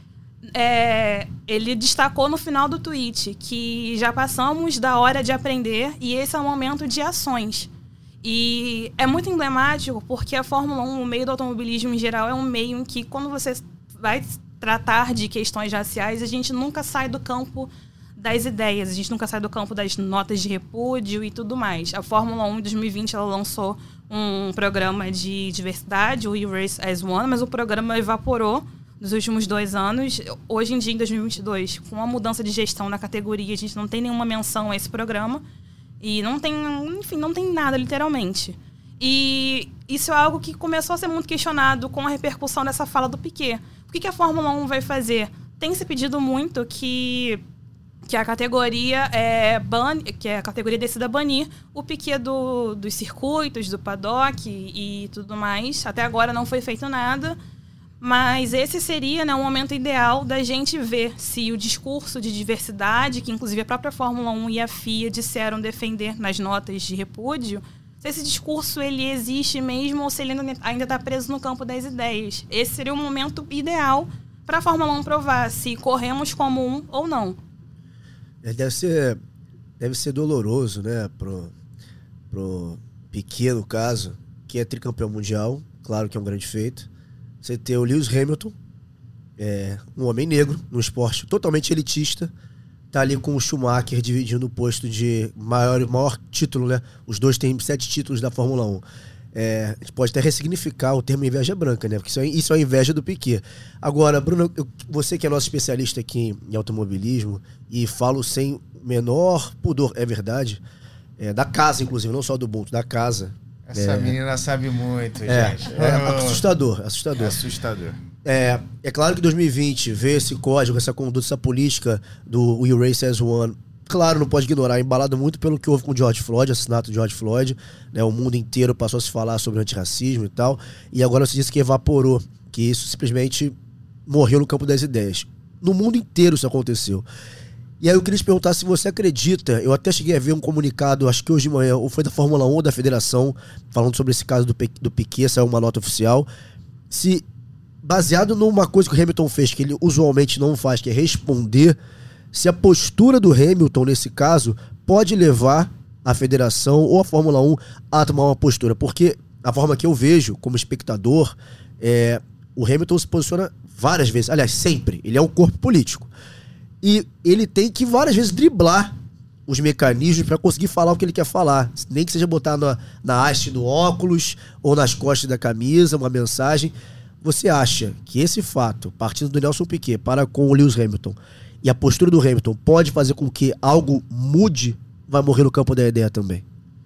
É, ele destacou no final do tweet que já passamos da hora de aprender e esse é o momento de ações. E é muito emblemático porque a Fórmula um, o meio do automobilismo em geral, é um meio em que quando você vai tratar de questões raciais, a gente nunca sai do campo das ideias, a gente nunca sai do campo das notas de repúdio e tudo mais. A Fórmula um em dois mil e vinte ela lançou um programa de diversidade, o We Race as One, mas o programa evaporou nos últimos dois anos. Hoje em dia, em dois mil e vinte e dois, com a mudança de gestão na categoria, a gente não tem nenhuma menção a esse programa. E não tem, enfim, não tem nada, literalmente. E isso é algo que começou a ser muito questionado com a repercussão dessa fala do Piquet. O que, que a Fórmula um vai fazer? Tem se pedido muito que, que a categoria é ban, que a categoria decida banir o Piquet do, dos circuitos, do paddock e, e tudo mais. Até agora não foi feito nada. Mas esse seria, né, um momento ideal da gente ver se o discurso de diversidade, que inclusive a própria Fórmula um e a F I A disseram defender nas notas de repúdio, se esse discurso ele existe mesmo ou se ele ainda está preso no campo das ideias. Esse seria o momento ideal para a Fórmula um provar se corremos como um ou não. Deve ser, deve ser doloroso, né, pro, pro Piquet, no caso, que é tricampeão mundial, claro que é um grande feito. Você ter o Lewis Hamilton, é, um homem negro, num esporte totalmente elitista, tá ali com o Schumacher dividindo o posto de maior, maior título, né? Os dois têm sete títulos da Fórmula um. É, a gente pode até ressignificar o termo inveja branca, né? Porque isso é, isso é a inveja do Piquet. Agora, Bruno, eu, você que é nosso especialista aqui em automobilismo, e falo sem menor pudor, é verdade, é, da casa, inclusive, não só do Bunto, da casa. Essa é, menina sabe muito, é, gente. É assustador, assustador. É assustador. É, é claro que dois mil e vinte vê esse código, essa conduta, essa política do We Race as One, claro, não pode ignorar, embalado muito pelo que houve com o George Floyd, assassinato de George Floyd, né, o mundo inteiro passou a se falar sobre antirracismo e tal, e agora você disse que evaporou, que isso simplesmente morreu no campo das ideias. No mundo inteiro isso aconteceu. E aí eu queria te perguntar se você acredita, eu até cheguei a ver um comunicado, acho que hoje de manhã, ou foi da Fórmula um ou da Federação, falando sobre esse caso do, do Piquet, saiu uma nota oficial, se, baseado numa coisa que o Hamilton fez, que ele usualmente não faz, que é responder, se a postura do Hamilton, nesse caso, pode levar a Federação ou a Fórmula um a tomar uma postura. Porque a forma que eu vejo, como espectador, é, o Hamilton se posiciona várias vezes, aliás, sempre, ele é um corpo político. E ele tem que várias vezes driblar os mecanismos para conseguir falar o que ele quer falar. Nem que seja botar na, na haste do óculos ou nas costas da camisa, uma mensagem. Você acha que esse fato, partindo do Nelson Piquet para com o Lewis Hamilton, e a postura do Hamilton pode fazer com que algo mude, vai morrer no campo da ideia também?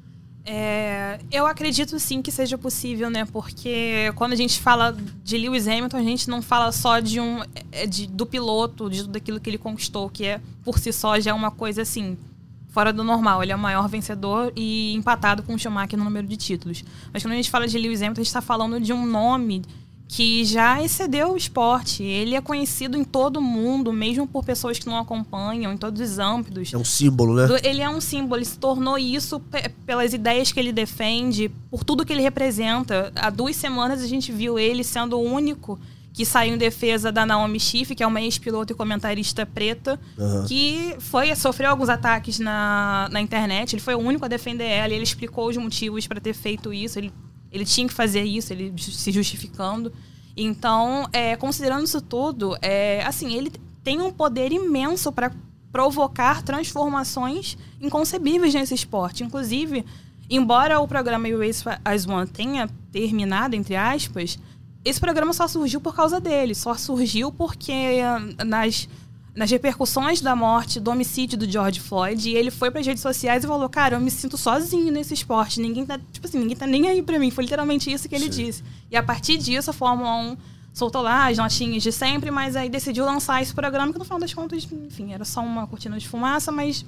É, eu acredito sim que seja possível, né? Porque quando a gente fala de Lewis Hamilton, a gente não fala só de um, de, do piloto, de tudo aquilo que ele conquistou, que é por si só já é uma coisa assim, fora do normal. Ele é o maior vencedor e empatado com o Schumacher no número de títulos. Mas quando a gente fala de Lewis Hamilton, a gente está falando de um nome que já excedeu o esporte. Ele é conhecido em todo mundo, mesmo por pessoas que não acompanham, em todos os âmbitos. É um símbolo, né? Ele é um símbolo, ele se tornou isso p- pelas ideias que ele defende, por tudo que ele representa. Há duas semanas a gente viu ele sendo o único que saiu em defesa da Naomi Schiff, que é uma ex-piloto e comentarista preta, uhum. que foi, sofreu alguns ataques na, na internet. Ele foi o único a defender ela e ele explicou os motivos para ter feito isso. Ele, ele tinha que fazer isso, ele se justificando. Então, é, considerando isso tudo, é, assim, ele tem um poder imenso para provocar transformações inconcebíveis nesse esporte. Inclusive, embora o programa Race as One tenha terminado, entre aspas, esse programa só surgiu por causa dele. Só surgiu porque nas, nas repercussões da morte, do homicídio do George Floyd, ele foi para as redes sociais e falou, cara, eu me sinto sozinho nesse esporte. Ninguém tá, tipo assim, ninguém tá nem aí para mim. Foi literalmente isso que ele Sim. disse. E a partir disso, a Fórmula um soltou lá as notinhas de sempre, mas aí decidiu lançar esse programa que, no final das contas, enfim, era só uma cortina de fumaça, mas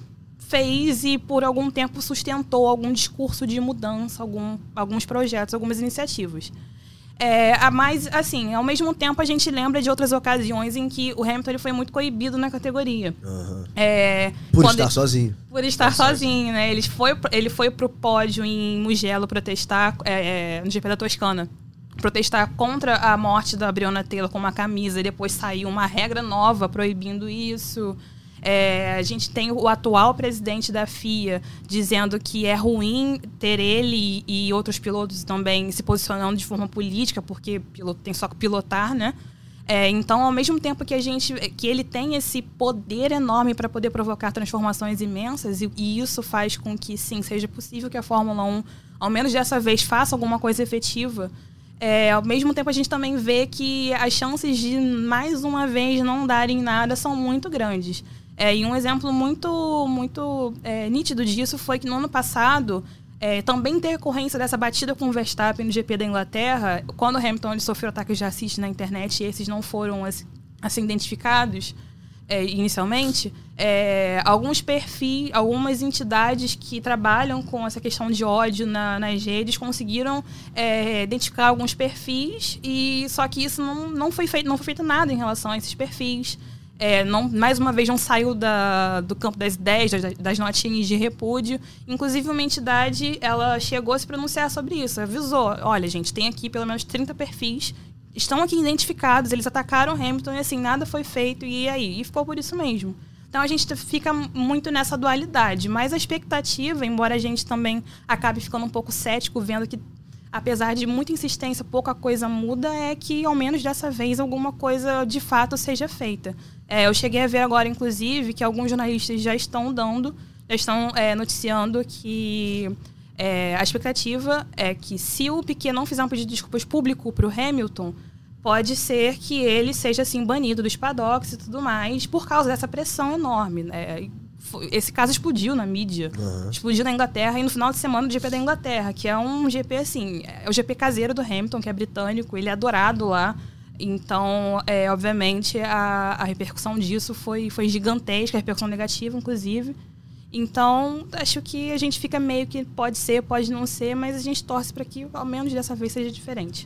fez e por algum tempo sustentou algum discurso de mudança, algum, alguns projetos, algumas iniciativas. É, a mais, assim, ao mesmo tempo a gente lembra de outras ocasiões em que o Hamilton ele foi muito coibido na categoria. Uhum. É, por estar ele, sozinho. Por estar sozinho, sozinho, né? Ele foi, ele foi pro pódio em Mugello protestar, é, é, no G P da Toscana, protestar contra a morte da Breonna Taylor com uma camisa, e depois saiu uma regra nova proibindo isso. É, a gente tem o atual presidente da F I A dizendo que é ruim ter ele e outros pilotos também se posicionando de forma política, porque piloto tem só que pilotar, né? É, então, ao mesmo tempo que a gente, que ele tem esse poder enorme para poder provocar transformações imensas, e, e isso faz com que, sim, seja possível que a Fórmula um, ao menos dessa vez, faça alguma coisa efetiva. É, ao mesmo tempo, a gente também vê que as chances de, mais uma vez, não darem nada são muito grandes. É, e um exemplo muito, muito é, nítido disso foi que no ano passado, é, também em decorrência dessa batida com o Verstappen no G P da Inglaterra, quando o Hamilton ele sofreu ataques de racistas na internet e esses não foram assim, assim identificados é, inicialmente, é, alguns perfis, algumas entidades que trabalham com essa questão de ódio na, nas redes conseguiram é, identificar alguns perfis, e só que isso não, não, foi feito, não foi feito nada em relação a esses perfis. É, não, mais uma vez não saiu da, do campo das ideias, das, das notinhas de repúdio. Inclusive, uma entidade ela chegou a se pronunciar sobre isso, avisou, olha, gente, tem aqui pelo menos trinta perfis, estão aqui identificados, eles atacaram Hamilton e assim, nada foi feito, e aí? E ficou por isso mesmo. Então a gente fica muito nessa dualidade, mas a expectativa, embora a gente também acabe ficando um pouco cético, vendo que apesar de muita insistência, pouca coisa muda, é que, ao menos dessa vez, alguma coisa de fato seja feita. É, eu cheguei a ver agora, inclusive, que alguns jornalistas já estão dando, já estão é, noticiando que é, a expectativa é que, se o Piquet não fizer um pedido de desculpas público para o Hamilton, pode ser que ele seja, assim, banido dos paddocks e tudo mais, por causa dessa pressão enorme, né? Esse caso explodiu na mídia, uhum. explodiu na Inglaterra, e no final de semana do G P da Inglaterra, que é um G P, assim, é o G P caseiro do Hamilton, que é britânico, ele é adorado lá. Então, é, obviamente, a, a repercussão disso foi, foi gigantesca, a repercussão negativa, inclusive. Então, acho que a gente fica meio que pode ser, pode não ser, mas a gente torce para que, ao menos dessa vez, seja diferente.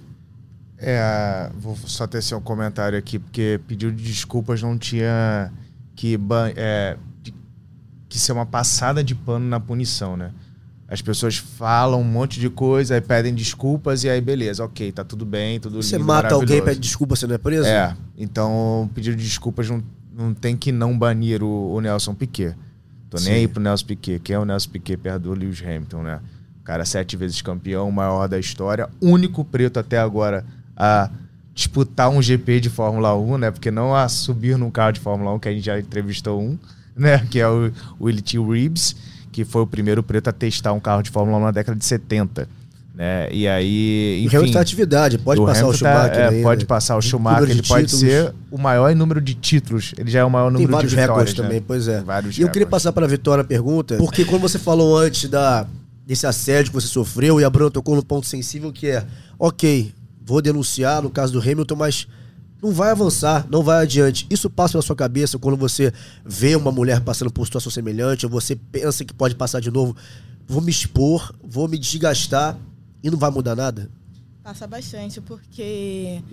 É, vou só tecer um comentário aqui, porque pedido de desculpas não tinha que... É, que ser uma passada de pano na punição, né? As pessoas falam um monte de coisa, aí pedem desculpas e aí beleza, ok, tá tudo bem, tudo você lindo, mata alguém, pede desculpa, você não é preso? É, então pedido de desculpas não, não tem que não banir o, o Nelson Piquet. Tô Sim. nem aí pro Nelson Piquet. Quem é o Nelson Piquet perto do Lewis Hamilton, né? O cara sete vezes campeão, maior da história, único preto até agora a disputar um G P de Fórmula um, né? Porque não a subir num carro de Fórmula um, que a gente já entrevistou um, né, que é o Willie T. Reeves, que foi o primeiro preto a testar um carro de Fórmula um na década de setenta. Né? E aí, enfim... O Hamilton tá atividade, pode o passar o Schumacher. Tá, é, aí, pode né? passar o Schumacher, ele pode títulos. ser o maior em número de títulos. Ele já é o maior número de vitórias. Tem vários recordes né? também, pois é. Vários e eu queria passar para a Vitória a pergunta, porque quando você falou antes da, desse assédio que você sofreu, e a Bruna tocou no ponto sensível, que é, ok, vou denunciar no caso do Hamilton, mas... não vai avançar, não vai adiante. Isso passa pela sua cabeça quando você vê uma mulher passando por situação semelhante, ou você pensa que pode passar de novo, vou me expor, vou me desgastar e não vai mudar nada? Passa bastante, porque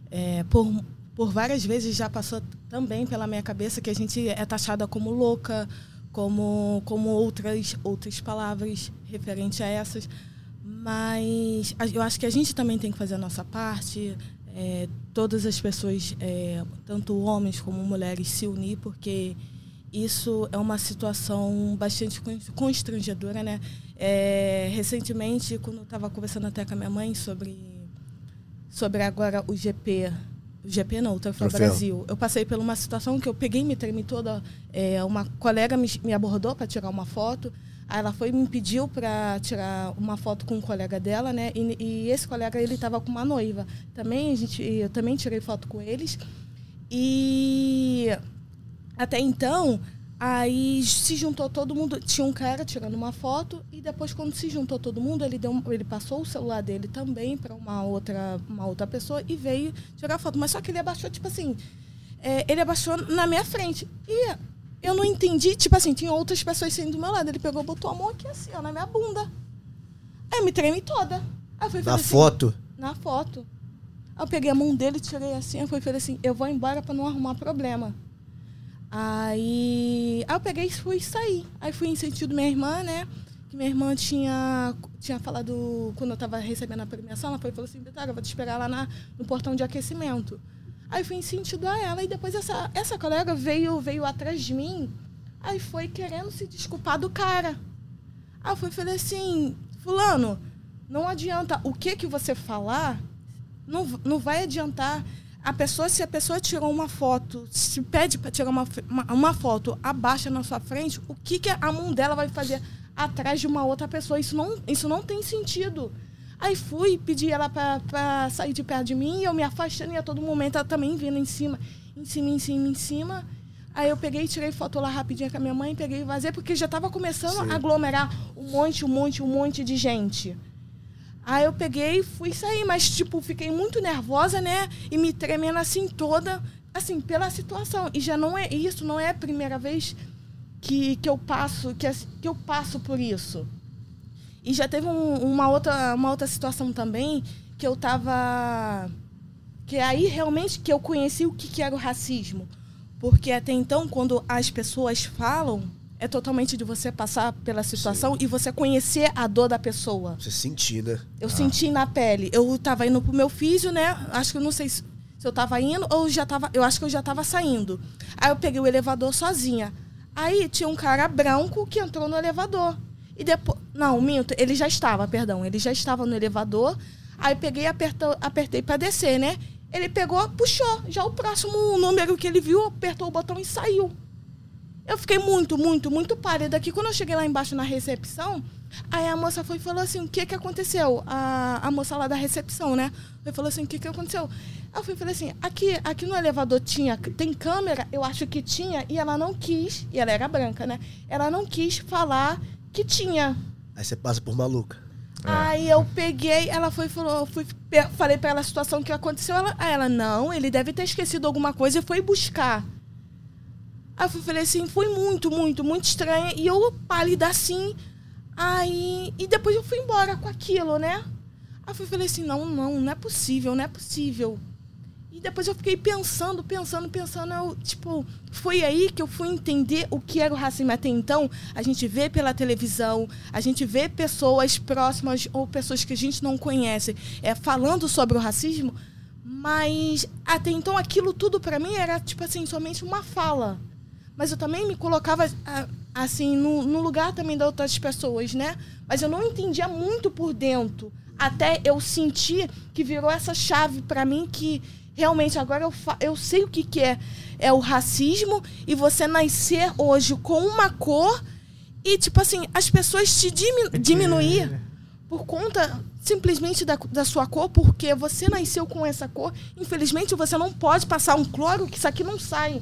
é, por, por várias vezes já passou também pela minha cabeça que a gente é taxada como louca, como, como outras, outras palavras referentes a essas. Mas eu acho que a gente também tem que fazer a nossa parte, é, todas as pessoas, é, tanto homens como mulheres, se unir, porque isso é uma situação bastante constrangedora, né? É, recentemente, quando eu estava conversando até com a minha mãe sobre, sobre agora o G P, o G P não, o Troféu Brasil, eu passei por uma situação que eu peguei, me tremi toda, é, uma colega me, me abordou para tirar uma foto. Aí ela foi e me pediu para tirar uma foto com um colega dela, né? E, e esse colega, ele estava com uma noiva. Também, a gente, eu também tirei foto com eles. E até então, aí se juntou todo mundo. Tinha um cara tirando uma foto. E depois, quando se juntou todo mundo, ele, deu, ele passou o celular dele também para uma outra, uma outra pessoa e veio tirar foto. Mas só que ele abaixou, tipo assim... É, ele abaixou na minha frente. E... eu não entendi, tipo assim, tinha outras pessoas saindo do meu lado. Ele pegou, botou a mão aqui assim, ó, na minha bunda. Aí eu me tremi toda. Aí eu fui, na assim, foto? Na foto. Aí eu peguei a mão dele, tirei assim, eu fui, falei assim, eu vou embora pra não arrumar problema. Aí, aí eu peguei e fui sair. Aí fui em sentido minha irmã, né? Que minha irmã tinha, tinha falado, quando eu tava recebendo a premiação, ela foi, falou assim, Vitória, eu vou te esperar lá na, no portão de aquecimento. Aí fui em sentido a ela, e depois essa, essa colega veio, veio atrás de mim, aí foi querendo se desculpar do cara. Aí eu fui, falei assim, fulano, não adianta, o que que você falar, não, não vai adiantar. A pessoa, se a pessoa tirou uma foto, se pede para tirar uma, uma, uma foto, abaixa na sua frente, o que que a mão dela vai fazer atrás de uma outra pessoa? Isso não, isso não tem sentido. Aí fui, pedi ela para sair de perto de mim, e eu me afastando, e a todo momento ela também vindo em cima, em cima, em cima, em cima. Aí eu peguei, tirei foto lá rapidinho com a minha mãe, peguei e vazei, porque já estava começando Sim. a aglomerar um monte, um monte, um monte de gente. Aí eu peguei e fui sair, mas, tipo, fiquei muito nervosa, né? E me tremendo assim toda, assim, pela situação. E já não é isso, não é a primeira vez que, que, eu, passo, que, que eu passo por isso. E já teve um, uma, outra, uma outra situação também, que eu tava... Que aí realmente que eu conheci o que, que era o racismo. Porque até então, quando as pessoas falam, é totalmente de você passar pela situação Sim. e você conhecer a dor da pessoa. Você sentir, né? Eu ah. senti na pele. Eu tava indo pro meu físio, né? Acho que eu não sei se, se eu tava indo ou já tava... Eu acho que eu já tava saindo. Aí eu peguei o elevador sozinha. Aí tinha um cara branco que entrou no elevador. E depois... Não, minto, ele já estava, perdão. Ele já estava no elevador. Aí peguei e apertou, apertei para descer, né? Ele pegou, puxou. Já o próximo número que ele viu, apertou o botão e saiu. Eu fiquei muito, muito, muito pálida aqui. Quando eu cheguei lá embaixo na recepção, aí a moça foi e falou assim, o que que aconteceu? A, a moça lá da recepção, né? Foi falou assim, o que que aconteceu? Eu fui, falei assim, aqui, aqui no elevador tinha, tem câmera? Eu acho que tinha. E ela não quis, e ela era branca, né? Ela não quis falar que tinha. Aí você passa por maluca. É. Aí eu peguei, ela foi falou, fui, falei pra ela a situação que aconteceu. Ela, aí ela, não, ele deve ter esquecido alguma coisa e foi buscar. Aí eu falei assim, foi muito, muito, muito estranha. E eu pálida assim. Aí, e depois eu fui embora com aquilo, né? Aí eu falei assim, não, não, não é possível, não é possível. E depois eu fiquei pensando, pensando, pensando. Eu, tipo, foi aí que eu fui entender o que era o racismo. Até então, a gente vê pela televisão, a gente vê pessoas próximas ou pessoas que a gente não conhece é, falando sobre o racismo, mas até então aquilo tudo pra mim era, tipo assim, somente uma fala. Mas eu também me colocava, assim, no, no lugar também das outras pessoas, né? Mas eu não entendia muito por dentro, até eu sentir que virou essa chave pra mim que... Realmente, agora eu, fa- eu sei o que, que é, é o racismo e você nascer hoje com uma cor e, tipo assim, as pessoas te diminu- diminuir por conta simplesmente da, da sua cor, porque você nasceu com essa cor. Infelizmente, você não pode passar um cloro que isso aqui não sai.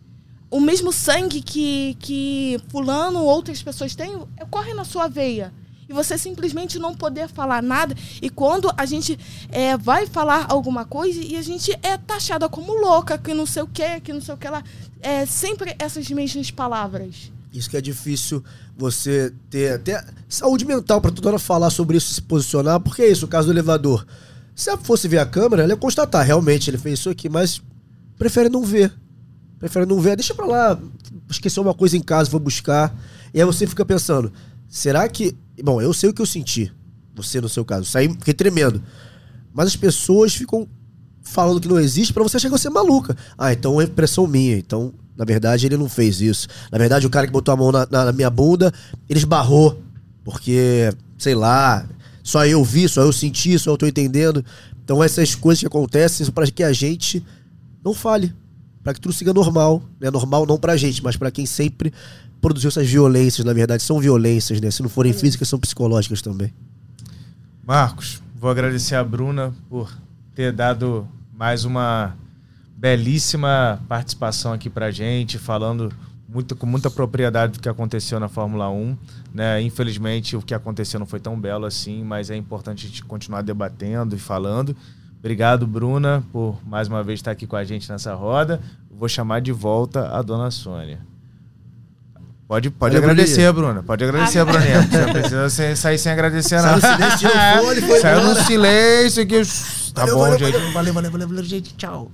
O mesmo sangue que, que fulano ou outras pessoas têm, corre na sua veia. E você simplesmente não poder falar nada. E quando a gente é, vai falar alguma coisa e a gente é taxada como louca, que não sei o que, que não sei o que lá. É sempre essas mesmas palavras. Isso que é difícil você ter até saúde mental para toda hora falar sobre isso, se posicionar. Porque é isso, o caso do elevador. Se ela fosse ver a câmera, ela ia constatar, realmente, ele fez isso aqui, mas prefere não ver. Prefere não ver, deixa pra lá, esqueceu uma coisa em casa, vou buscar. E aí você fica pensando, será que... Bom, eu sei o que eu senti, você no seu caso, saí, fiquei tremendo. Mas as pessoas ficam falando que não existe pra você achar que você é maluca. Ah, então é impressão minha, então, na verdade, ele não fez isso. Na verdade, o cara que botou a mão na, na, na minha bunda, ele esbarrou, porque, sei lá, só eu vi, só eu senti, só eu tô entendendo. Então essas coisas que acontecem são pra que a gente não fale. Pra que tudo siga normal, né? Normal não pra gente, mas pra quem sempre produziu essas violências, na verdade, são violências, né? Se não forem físicas, são psicológicas também. Marcos, vou agradecer a Bruna por ter dado mais uma belíssima participação aqui pra gente, falando muito, com muita propriedade do que aconteceu na Fórmula um, né? Infelizmente, o que aconteceu não foi tão belo assim, mas é importante a gente continuar debatendo e falando. Obrigado, Bruna, por mais uma vez estar aqui com a gente nessa roda. Vou chamar de volta a dona Sônia. Pode, pode Valeu, agradecer, Bruna. Pode agradecer, ah, Bruninha. Você não precisa ser, sair sem agradecer, não. Saiu no silêncio, tirou o fone, foi Saiu embora. no silêncio aqui. Tá Valeu, bom, valeu, gente. valeu. Valeu, valeu, valeu, valeu, gente. Tchau.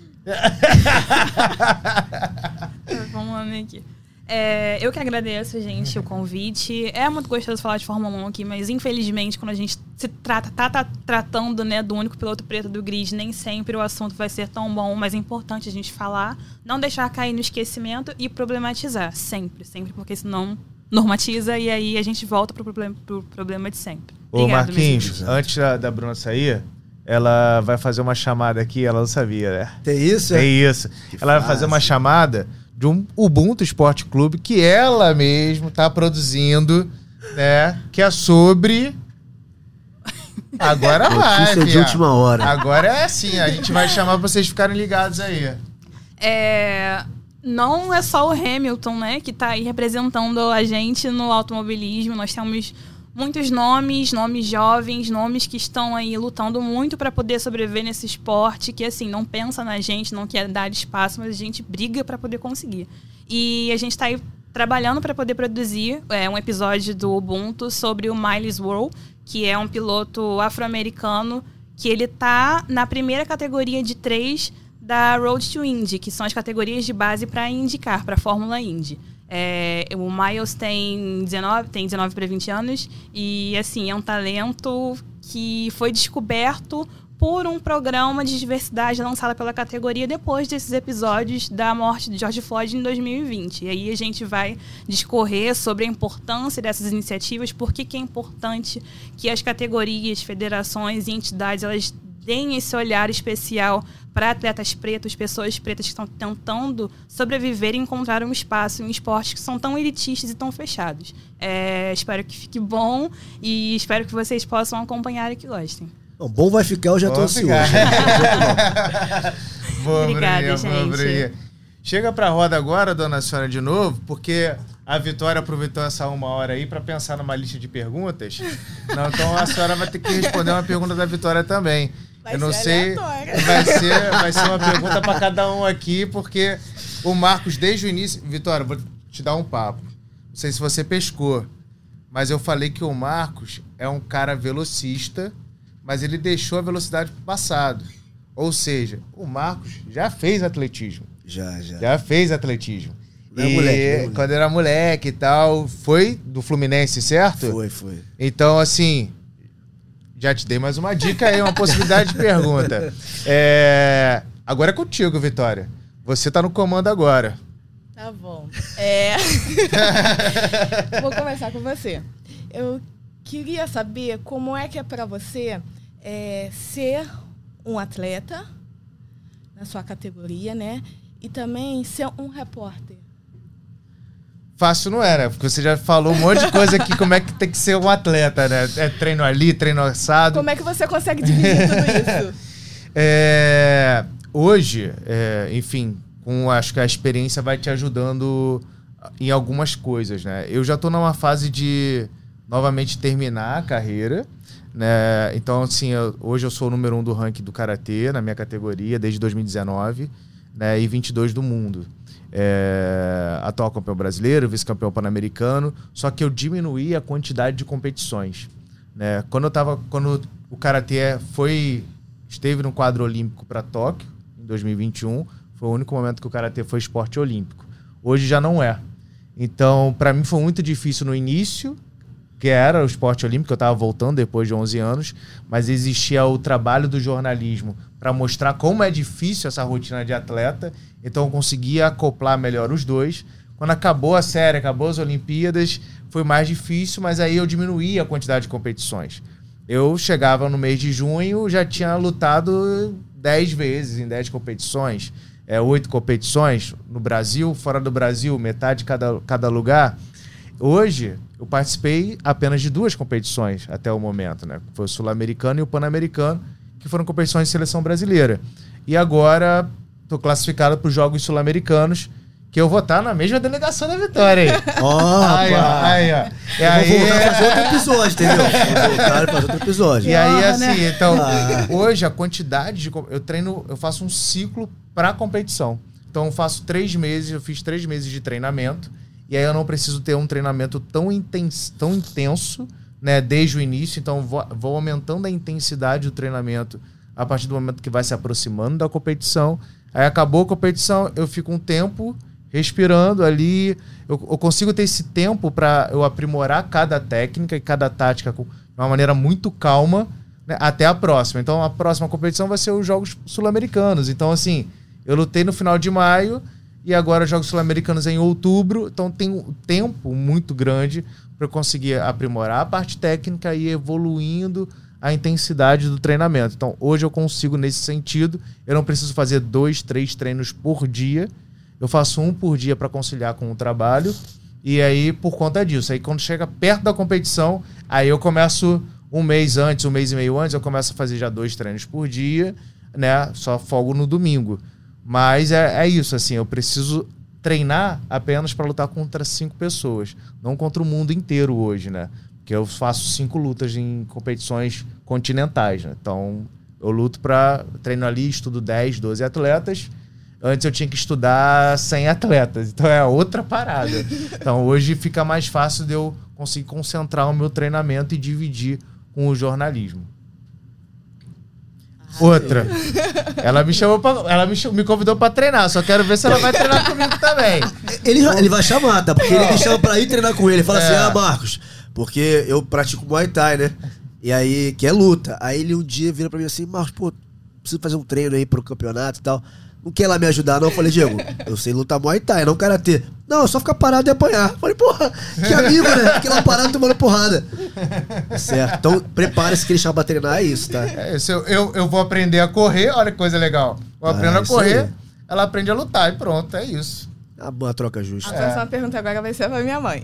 Vamos lá, né, aqui. É, eu que agradeço, gente, o convite. É muito gostoso falar de Fórmula um aqui, mas infelizmente, quando a gente se trata, tá, tá tratando, né, do único piloto preto do grid, nem sempre o assunto vai ser tão bom, mas é importante a gente falar, não deixar cair no esquecimento e problematizar, sempre, sempre, porque senão normatiza e aí a gente volta pro problema, pro problema de sempre. Ô, Obrigado, Marquinhos, antes da, da Bruna sair, ela vai fazer uma chamada aqui, ela não sabia, né? Tem isso? Tem isso. Que ela vai fácil. fazer uma chamada de um Ubuntu Esporte Clube que ela mesmo tá produzindo, né? Que é sobre... Agora vai, Notícia de fia. última hora. Agora é assim, a gente vai chamar pra vocês ficarem ligados aí. É, não é só o Hamilton, né, que tá aí representando a gente no automobilismo. Nós temos muitos nomes, nomes jovens, nomes que estão aí lutando muito para poder sobreviver nesse esporte, que assim, não pensa na gente, não quer dar espaço, mas a gente briga para poder conseguir. E a gente tá aí trabalhando para poder produzir é, um episódio do Ubuntu sobre o Miles World, que é um piloto afro-americano, que ele tá na primeira categoria de três da Road to Indy, que são as categorias de base para indicar, para a Fórmula Indy. É, o Miles tem dezenove, tem dezenove para vinte anos e, assim, é um talento que foi descoberto por um programa de diversidade lançado pela categoria depois desses episódios da morte de George Floyd em dois mil e vinte. E aí a gente vai discorrer sobre a importância dessas iniciativas, por que que é importante que as categorias, federações e entidades, elas deem esse olhar especial para atletas pretos, pessoas pretas que estão tentando sobreviver e encontrar um espaço em esportes que são tão elitistas e tão fechados. É, espero que fique bom e espero que vocês possam acompanhar e que gostem. Não, bom vai ficar, eu já tô ansioso. Boa, Obrigada, Bruninha, gente. boa, Bruninha. Chega pra roda agora, dona Sônia, de novo, porque a Vitória aproveitou essa uma hora aí pra pensar numa lista de perguntas. Não, então a senhora vai ter que responder uma pergunta da Vitória também. Vai Eu não ser sei, aleatório. vai ser, vai ser uma pergunta pra cada um aqui, porque o Marcos, desde o início... Vitória, vou te dar um papo. Não sei se você pescou, mas eu falei que o Marcos é um cara velocista, mas ele deixou a velocidade pro passado. Ou seja, o Marcos já fez atletismo. Já, já. Já fez atletismo. Não é e moleque, não é moleque. quando era moleque e tal, foi do Fluminense, certo? Foi, foi. Então, assim, já te dei mais uma dica aí, uma possibilidade de pergunta. É... Agora é contigo, Vitória. Você tá no comando agora. Tá bom. É... Vou começar com você. Eu queria saber como é que é para você é, ser um atleta na sua categoria, né? E também ser um repórter. Fácil não era, porque você já falou um monte de coisa aqui, como é que tem que ser um atleta, né? É treino ali, treino assado. Como é que você consegue dividir tudo isso? É, hoje, é, enfim, com, acho que a experiência vai te ajudando em algumas coisas, né? Eu já tô numa fase de novamente terminar a carreira, né? Então, assim, eu, hoje eu sou o número um do ranking do Karatê na minha categoria desde dois mil e dezenove, né? E vinte e dois do mundo. É, atual campeão brasileiro, vice-campeão pan-americano, só que eu diminuí a quantidade de competições, né? Quando eu tava, quando o karatê foi, esteve no quadro olímpico para Tóquio, em dois mil e vinte e um. Foi o único momento que o karatê foi esporte olímpico. Hoje já não é. Então, para mim foi muito difícil no início, que era o esporte olímpico, eu estava voltando depois de onze anos, mas existia o trabalho do jornalismo para mostrar como é difícil essa rotina de atleta, então eu conseguia acoplar melhor os dois. Quando acabou a série, acabou as Olimpíadas, foi mais difícil, mas aí eu diminuí a quantidade de competições. Eu chegava no mês de junho, já tinha lutado dez vezes em dez competições, é, oito competições no Brasil, fora do Brasil, metade de cada, cada lugar. Hoje, eu participei apenas de duas competições até o momento, né? Foi o Sul-Americano e o Pan-Americano, que foram competições de seleção brasileira. E agora, estou classificado para os Jogos Sul-Americanos, que eu vou estar na mesma delegação da Vitória aí. Ó, aí, ó, aí, ó. E eu aí... vou voltar a fazer outro episódio, entendeu? Vou voltar a fazer outro episódio. E aí, assim, né? então, Ah. hoje a quantidade de... Eu treino, eu faço um ciclo para competição. Então, eu faço três meses, eu fiz três meses de treinamento, e aí eu não preciso ter um treinamento tão intenso, tão intenso, né, desde o início. Então, vou, vou aumentando a intensidade do treinamento a partir do momento que vai se aproximando da competição. Aí acabou a competição, eu fico um tempo respirando ali. Eu, eu consigo ter esse tempo para eu aprimorar cada técnica e cada tática de uma maneira muito calma, né, até a próxima. Então, a próxima competição vai ser os Jogos Sul-Americanos. Então, assim, eu lutei no final de maio, e agora os Jogos Sul-Americanos em outubro, então tem um tempo muito grande para eu conseguir aprimorar a parte técnica e ir evoluindo a intensidade do treinamento. Então, hoje eu consigo nesse sentido, eu não preciso fazer dois, três treinos por dia, eu faço um por dia para conciliar com o trabalho, e aí, por conta disso, aí quando chega perto da competição, aí eu começo um mês antes, um mês e meio antes, eu começo a fazer já dois treinos por dia, né, só folgo no domingo. Mas é, é isso, assim, eu preciso treinar apenas para lutar contra cinco pessoas, não contra o mundo inteiro hoje, né? Porque eu faço cinco lutas em competições continentais, né? Então, eu luto para... Treino ali, estudo dez, doze atletas. Antes eu tinha que estudar cem atletas, então é outra parada. Então, hoje fica mais fácil de eu conseguir concentrar o meu treinamento e dividir com o jornalismo. Outra. Ela me chamou pra, ela me, ch- me convidou pra treinar. Só quero ver se ela vai treinar comigo também. Ele, ele vai chamar, tá? Porque ele me chama pra ir treinar com ele. Ele fala É. assim, ah, Marcos, porque eu pratico Muay Thai, né? E aí, que é luta. Aí ele um dia vira pra mim assim, Marcos, pô, preciso fazer um treino aí pro campeonato e tal. Não quer lá me ajudar, não? Eu falei, Diego, eu sei lutar Muay Thai, não karatê. Não, é só ficar parado e apanhar. Eu falei, porra, que amigo, né? Fiquei lá parado tomando porrada. Certo. Então, prepare-se que ele chama pra treinar, é isso, tá? É isso, eu, eu, eu vou aprender a correr, olha que coisa legal. Eu aprendo Ah, a isso correr, aí. ela aprende a lutar e pronto, é isso. Uma boa troca A justa. próxima pergunta agora vai ser pra minha mãe.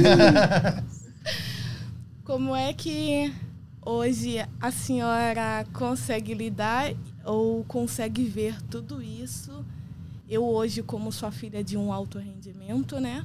Como é que hoje a senhora consegue lidar ou consegue ver tudo isso? Eu hoje, como sua filha de um alto rendimento, né?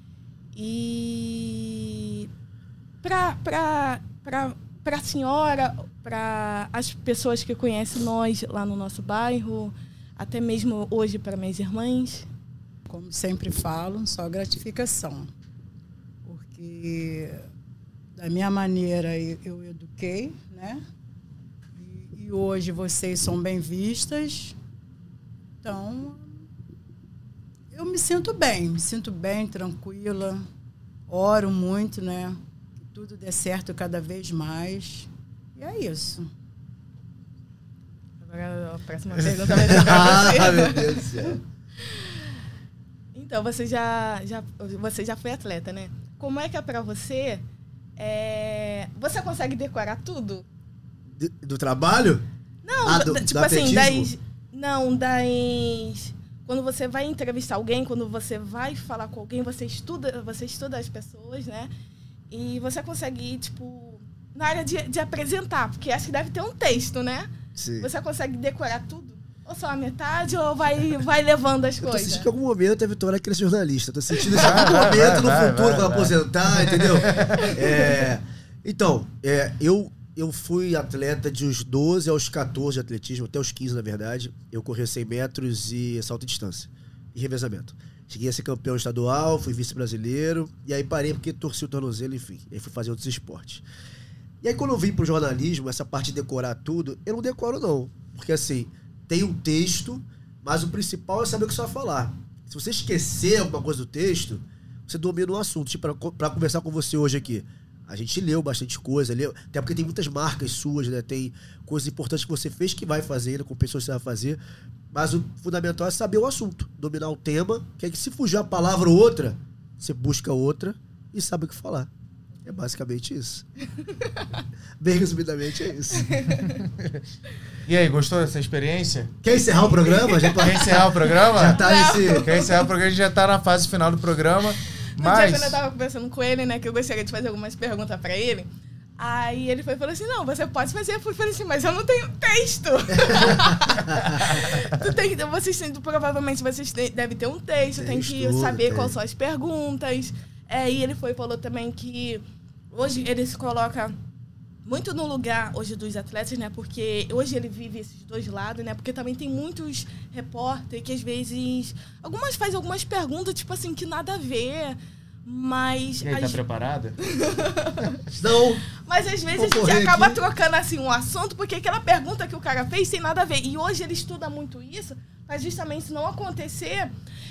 E para para para para a senhora, para as pessoas que conhecem nós lá no nosso bairro, até mesmo hoje para minhas irmãs? Como sempre falo, só gratificação. Porque da minha maneira eu, eu eduquei, né? E, e hoje vocês são bem vistas. Então, eu me sinto bem, me sinto bem, tranquila. Oro muito, né? Que tudo dê certo cada vez mais. E é isso. Agora a próxima pergunta vai ser pra você. Ah, meu Deus do céu. Então, você já, já, você já foi atleta, né? Como é que é pra você? É, você consegue decorar tudo? Do, do trabalho? Não, Ah, da- do- tipo do assim, atletismo? das... Não, das... Quando você vai entrevistar alguém, quando você vai falar com alguém, você estuda, você estuda as pessoas, né? E você consegue ir, tipo, na área de, de apresentar, porque acho que deve ter um texto, né? Sim. Você consegue decorar tudo? Ou só a metade, ou vai, vai levando as Eu tô coisas? sentindo que em algum momento a Vitória quer ser jornalista. Eu tô sentindo isso em Vai, algum vai, momento no vai, futuro, vai, quando vai. aposentar, entendeu? É, então, é, eu, eu fui atleta de uns doze aos quatorze de atletismo, até os quinze, na verdade. Eu corri cem metros e salto de distância. E revezamento. Cheguei a ser campeão estadual, fui vice-brasileiro. E aí parei porque torci o tornozelo, enfim. Aí fui fazer outros esportes. E aí, quando eu vim pro jornalismo, essa parte de decorar tudo, eu não decoro, não. Porque, assim, tem um texto, mas o principal é saber o que você vai falar. Se você esquecer alguma coisa do texto, você domina o assunto. Tipo, pra, pra conversar com você hoje aqui, a gente leu bastante coisa, leu, até porque tem muitas marcas suas, né? Tem coisas importantes que você fez que vai fazer, né? Com pessoas que você vai fazer. Mas o fundamental é saber o assunto, dominar o tema, que aí se fugir uma palavra ou outra, você busca outra e sabe o que falar. É basicamente isso. Bem resumidamente é isso. E aí, gostou dessa experiência? Quer encerrar o programa? Já tá... Quer encerrar o programa? Já tá nesse... Quer encerrar o programa? A gente já tá na fase final do programa. No Mas... dia quando eu tava conversando com ele, né, que eu gostaria de fazer algumas perguntas pra ele, aí ele foi e falou assim, não, você pode fazer. Eu fui falei assim, mas eu não tenho texto. tu tem, vocês têm, provavelmente vocês têm, devem ter um texto, texto tem que saber tem. Quais são as perguntas. É, e ele foi falou também que hoje ele se coloca muito no lugar hoje dos atletas, né? Porque hoje ele vive esses dois lados, né? Porque também tem muitos repórteres que às vezes... Algumas fazem algumas perguntas, tipo assim, que nada a ver, mas... E aí, as... tá preparada? Não. Mas às vezes a gente acaba aqui. trocando assim um assunto, porque aquela pergunta que o cara fez tem nada a ver. E hoje ele estuda muito isso, para justamente não acontecer...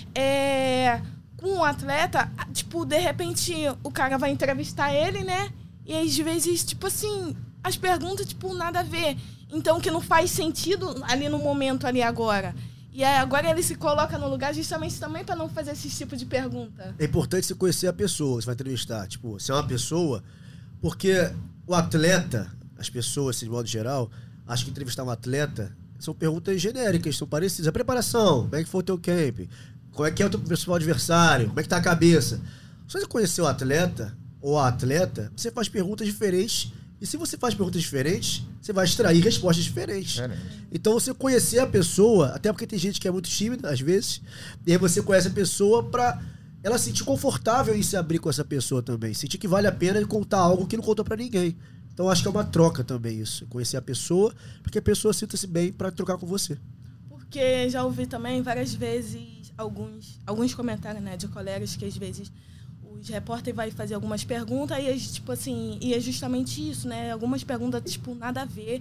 É... com um atleta, tipo, de repente o cara vai entrevistar ele, né? E às vezes, tipo assim, as perguntas, tipo, nada a ver. Então, que não faz sentido ali no momento, ali agora. E aí, agora ele se coloca no lugar justamente também para não fazer esse tipo de pergunta. É importante você conhecer a pessoa, você vai entrevistar. Tipo, se é uma pessoa... Porque o atleta, as pessoas, assim, de modo geral, acham que entrevistar um atleta são perguntas genéricas, são parecidas. A preparação, como é que foi o teu camp? Como é que é o teu principal adversário? Como é que tá a cabeça? Se você conhecer o atleta ou a atleta, você faz perguntas diferentes. E se você faz perguntas diferentes, você vai extrair respostas diferentes. É, né? Então você conhecer a pessoa, até porque tem gente que é muito tímida, às vezes, e aí você conhece a pessoa pra ela se sentir confortável em se abrir com essa pessoa também. Sentir que vale a pena contar algo que não contou pra ninguém. Então acho que é uma troca também isso. Conhecer a pessoa, porque a pessoa sinta-se bem pra trocar com você. Porque já ouvi também várias vezes alguns, alguns comentários, né, de colegas que às vezes os repórteres vai fazer algumas perguntas e, tipo assim, e é justamente isso, né? Algumas perguntas, tipo, nada a ver.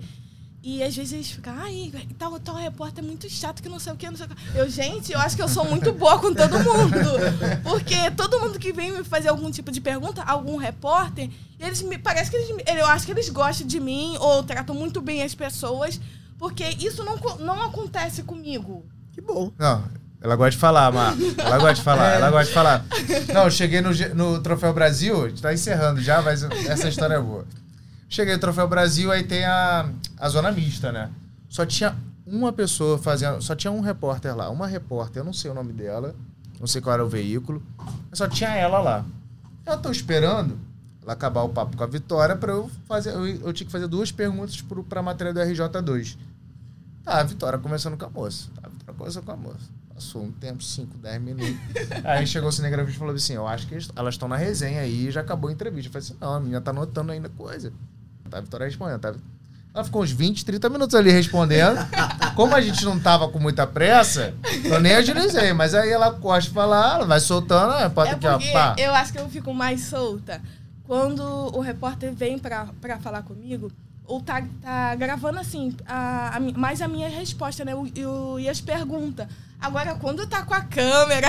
E às vezes eles ficam, ai, tal, tal repórter é muito chato, que não sei o que, não sei o que. Eu, gente, eu acho que eu sou muito boa com todo mundo. Porque todo mundo que vem me fazer algum tipo de pergunta, algum repórter, eles me, parece que eles, eu acho que eles gostam de mim ou tratam muito bem as pessoas, porque isso não, não acontece comigo. Que bom. Não, ela gosta de falar, Mar. Ela gosta de falar, é. ela gosta de falar. Não, eu cheguei no, no Troféu Brasil, a gente tá encerrando já, mas essa história é boa. Cheguei no Troféu Brasil, aí tem a, a zona mista, né? Só tinha uma pessoa fazendo... Só tinha um repórter lá. Uma repórter, eu não sei o nome dela. Não sei qual era o veículo. Mas só tinha ela lá. Eu tô esperando ela acabar o papo com a Vitória pra eu fazer... Eu, eu tinha que fazer duas perguntas pro, pra matéria do R J dois. Tá, a Vitória conversando com a moça. Tá, a Vitória conversando com a moça. Passou um tempo, cinco, dez minutos. Aí chegou o cinegrafista e falou assim, eu acho que elas estão na resenha aí e já acabou a entrevista. Eu falei assim, não, a menina tá anotando ainda coisa. Tá, a Vitória respondendo. Tá? Ela ficou uns vinte, trinta minutos ali respondendo. Como a gente não tava com muita pressa, eu nem agilizei. Mas aí ela gosta de falar, ela vai soltando. Né? Pode é aqui, ó, pá. Eu acho que eu fico mais solta. Quando o repórter vem pra, pra falar comigo, ou tá, tá gravando assim, a, a, mais a minha resposta, né? O, o, e as perguntas. Agora, quando tá com a câmera,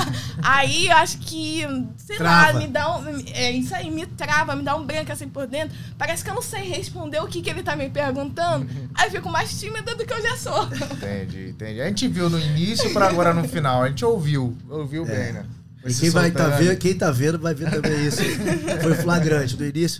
aí eu acho que, sei trava. lá, me dá um... É isso aí, me trava, me dá um branco assim por dentro. Parece que eu não sei responder o que, que ele tá me perguntando. Aí eu fico mais tímida do que eu já sou. Entendi, entendi. A gente viu no início pra agora no final. A gente ouviu, ouviu é. bem, né? E quem, vai tá vendo, quem tá vendo vai ver também isso. Foi flagrante. No início,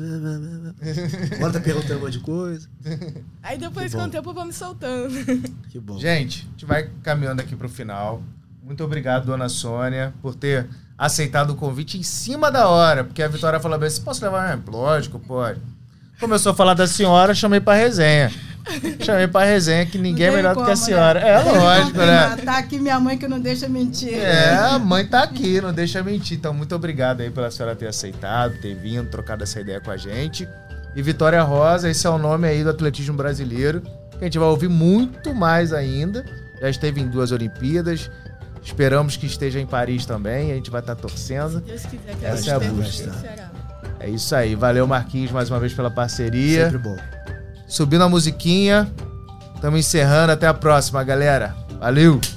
agora tá perguntando um monte de coisa. Aí depois, com o tempo, eu vou me soltando. Que bom. Gente, a gente vai caminhando aqui pro final. Muito obrigado, dona Sônia, por ter aceitado o convite em cima da hora. Porque a Vitória falou bem, você posso levar? Lógico, pode. Começou a falar da senhora, chamei pra resenha. Chamei pra resenha que ninguém é melhor como, do que a senhora. Né? É lógico, né? Tá aqui minha mãe que não deixa mentir. É, a mãe tá aqui, não deixa mentir. Então, muito obrigado aí pela senhora ter aceitado, ter vindo, trocado essa ideia com a gente. E Vitória Rosa, esse é o nome aí do atletismo brasileiro, que a gente vai ouvir muito mais ainda. Já esteve em duas Olimpíadas. Esperamos que esteja em Paris também. A gente vai estar torcendo. Se Deus quiser, que essa é a busca. É isso aí. Valeu, Marquinhos, mais uma vez pela parceria. Sempre bom. Subindo a musiquinha. Estamos encerrando. Até a próxima, galera. Valeu!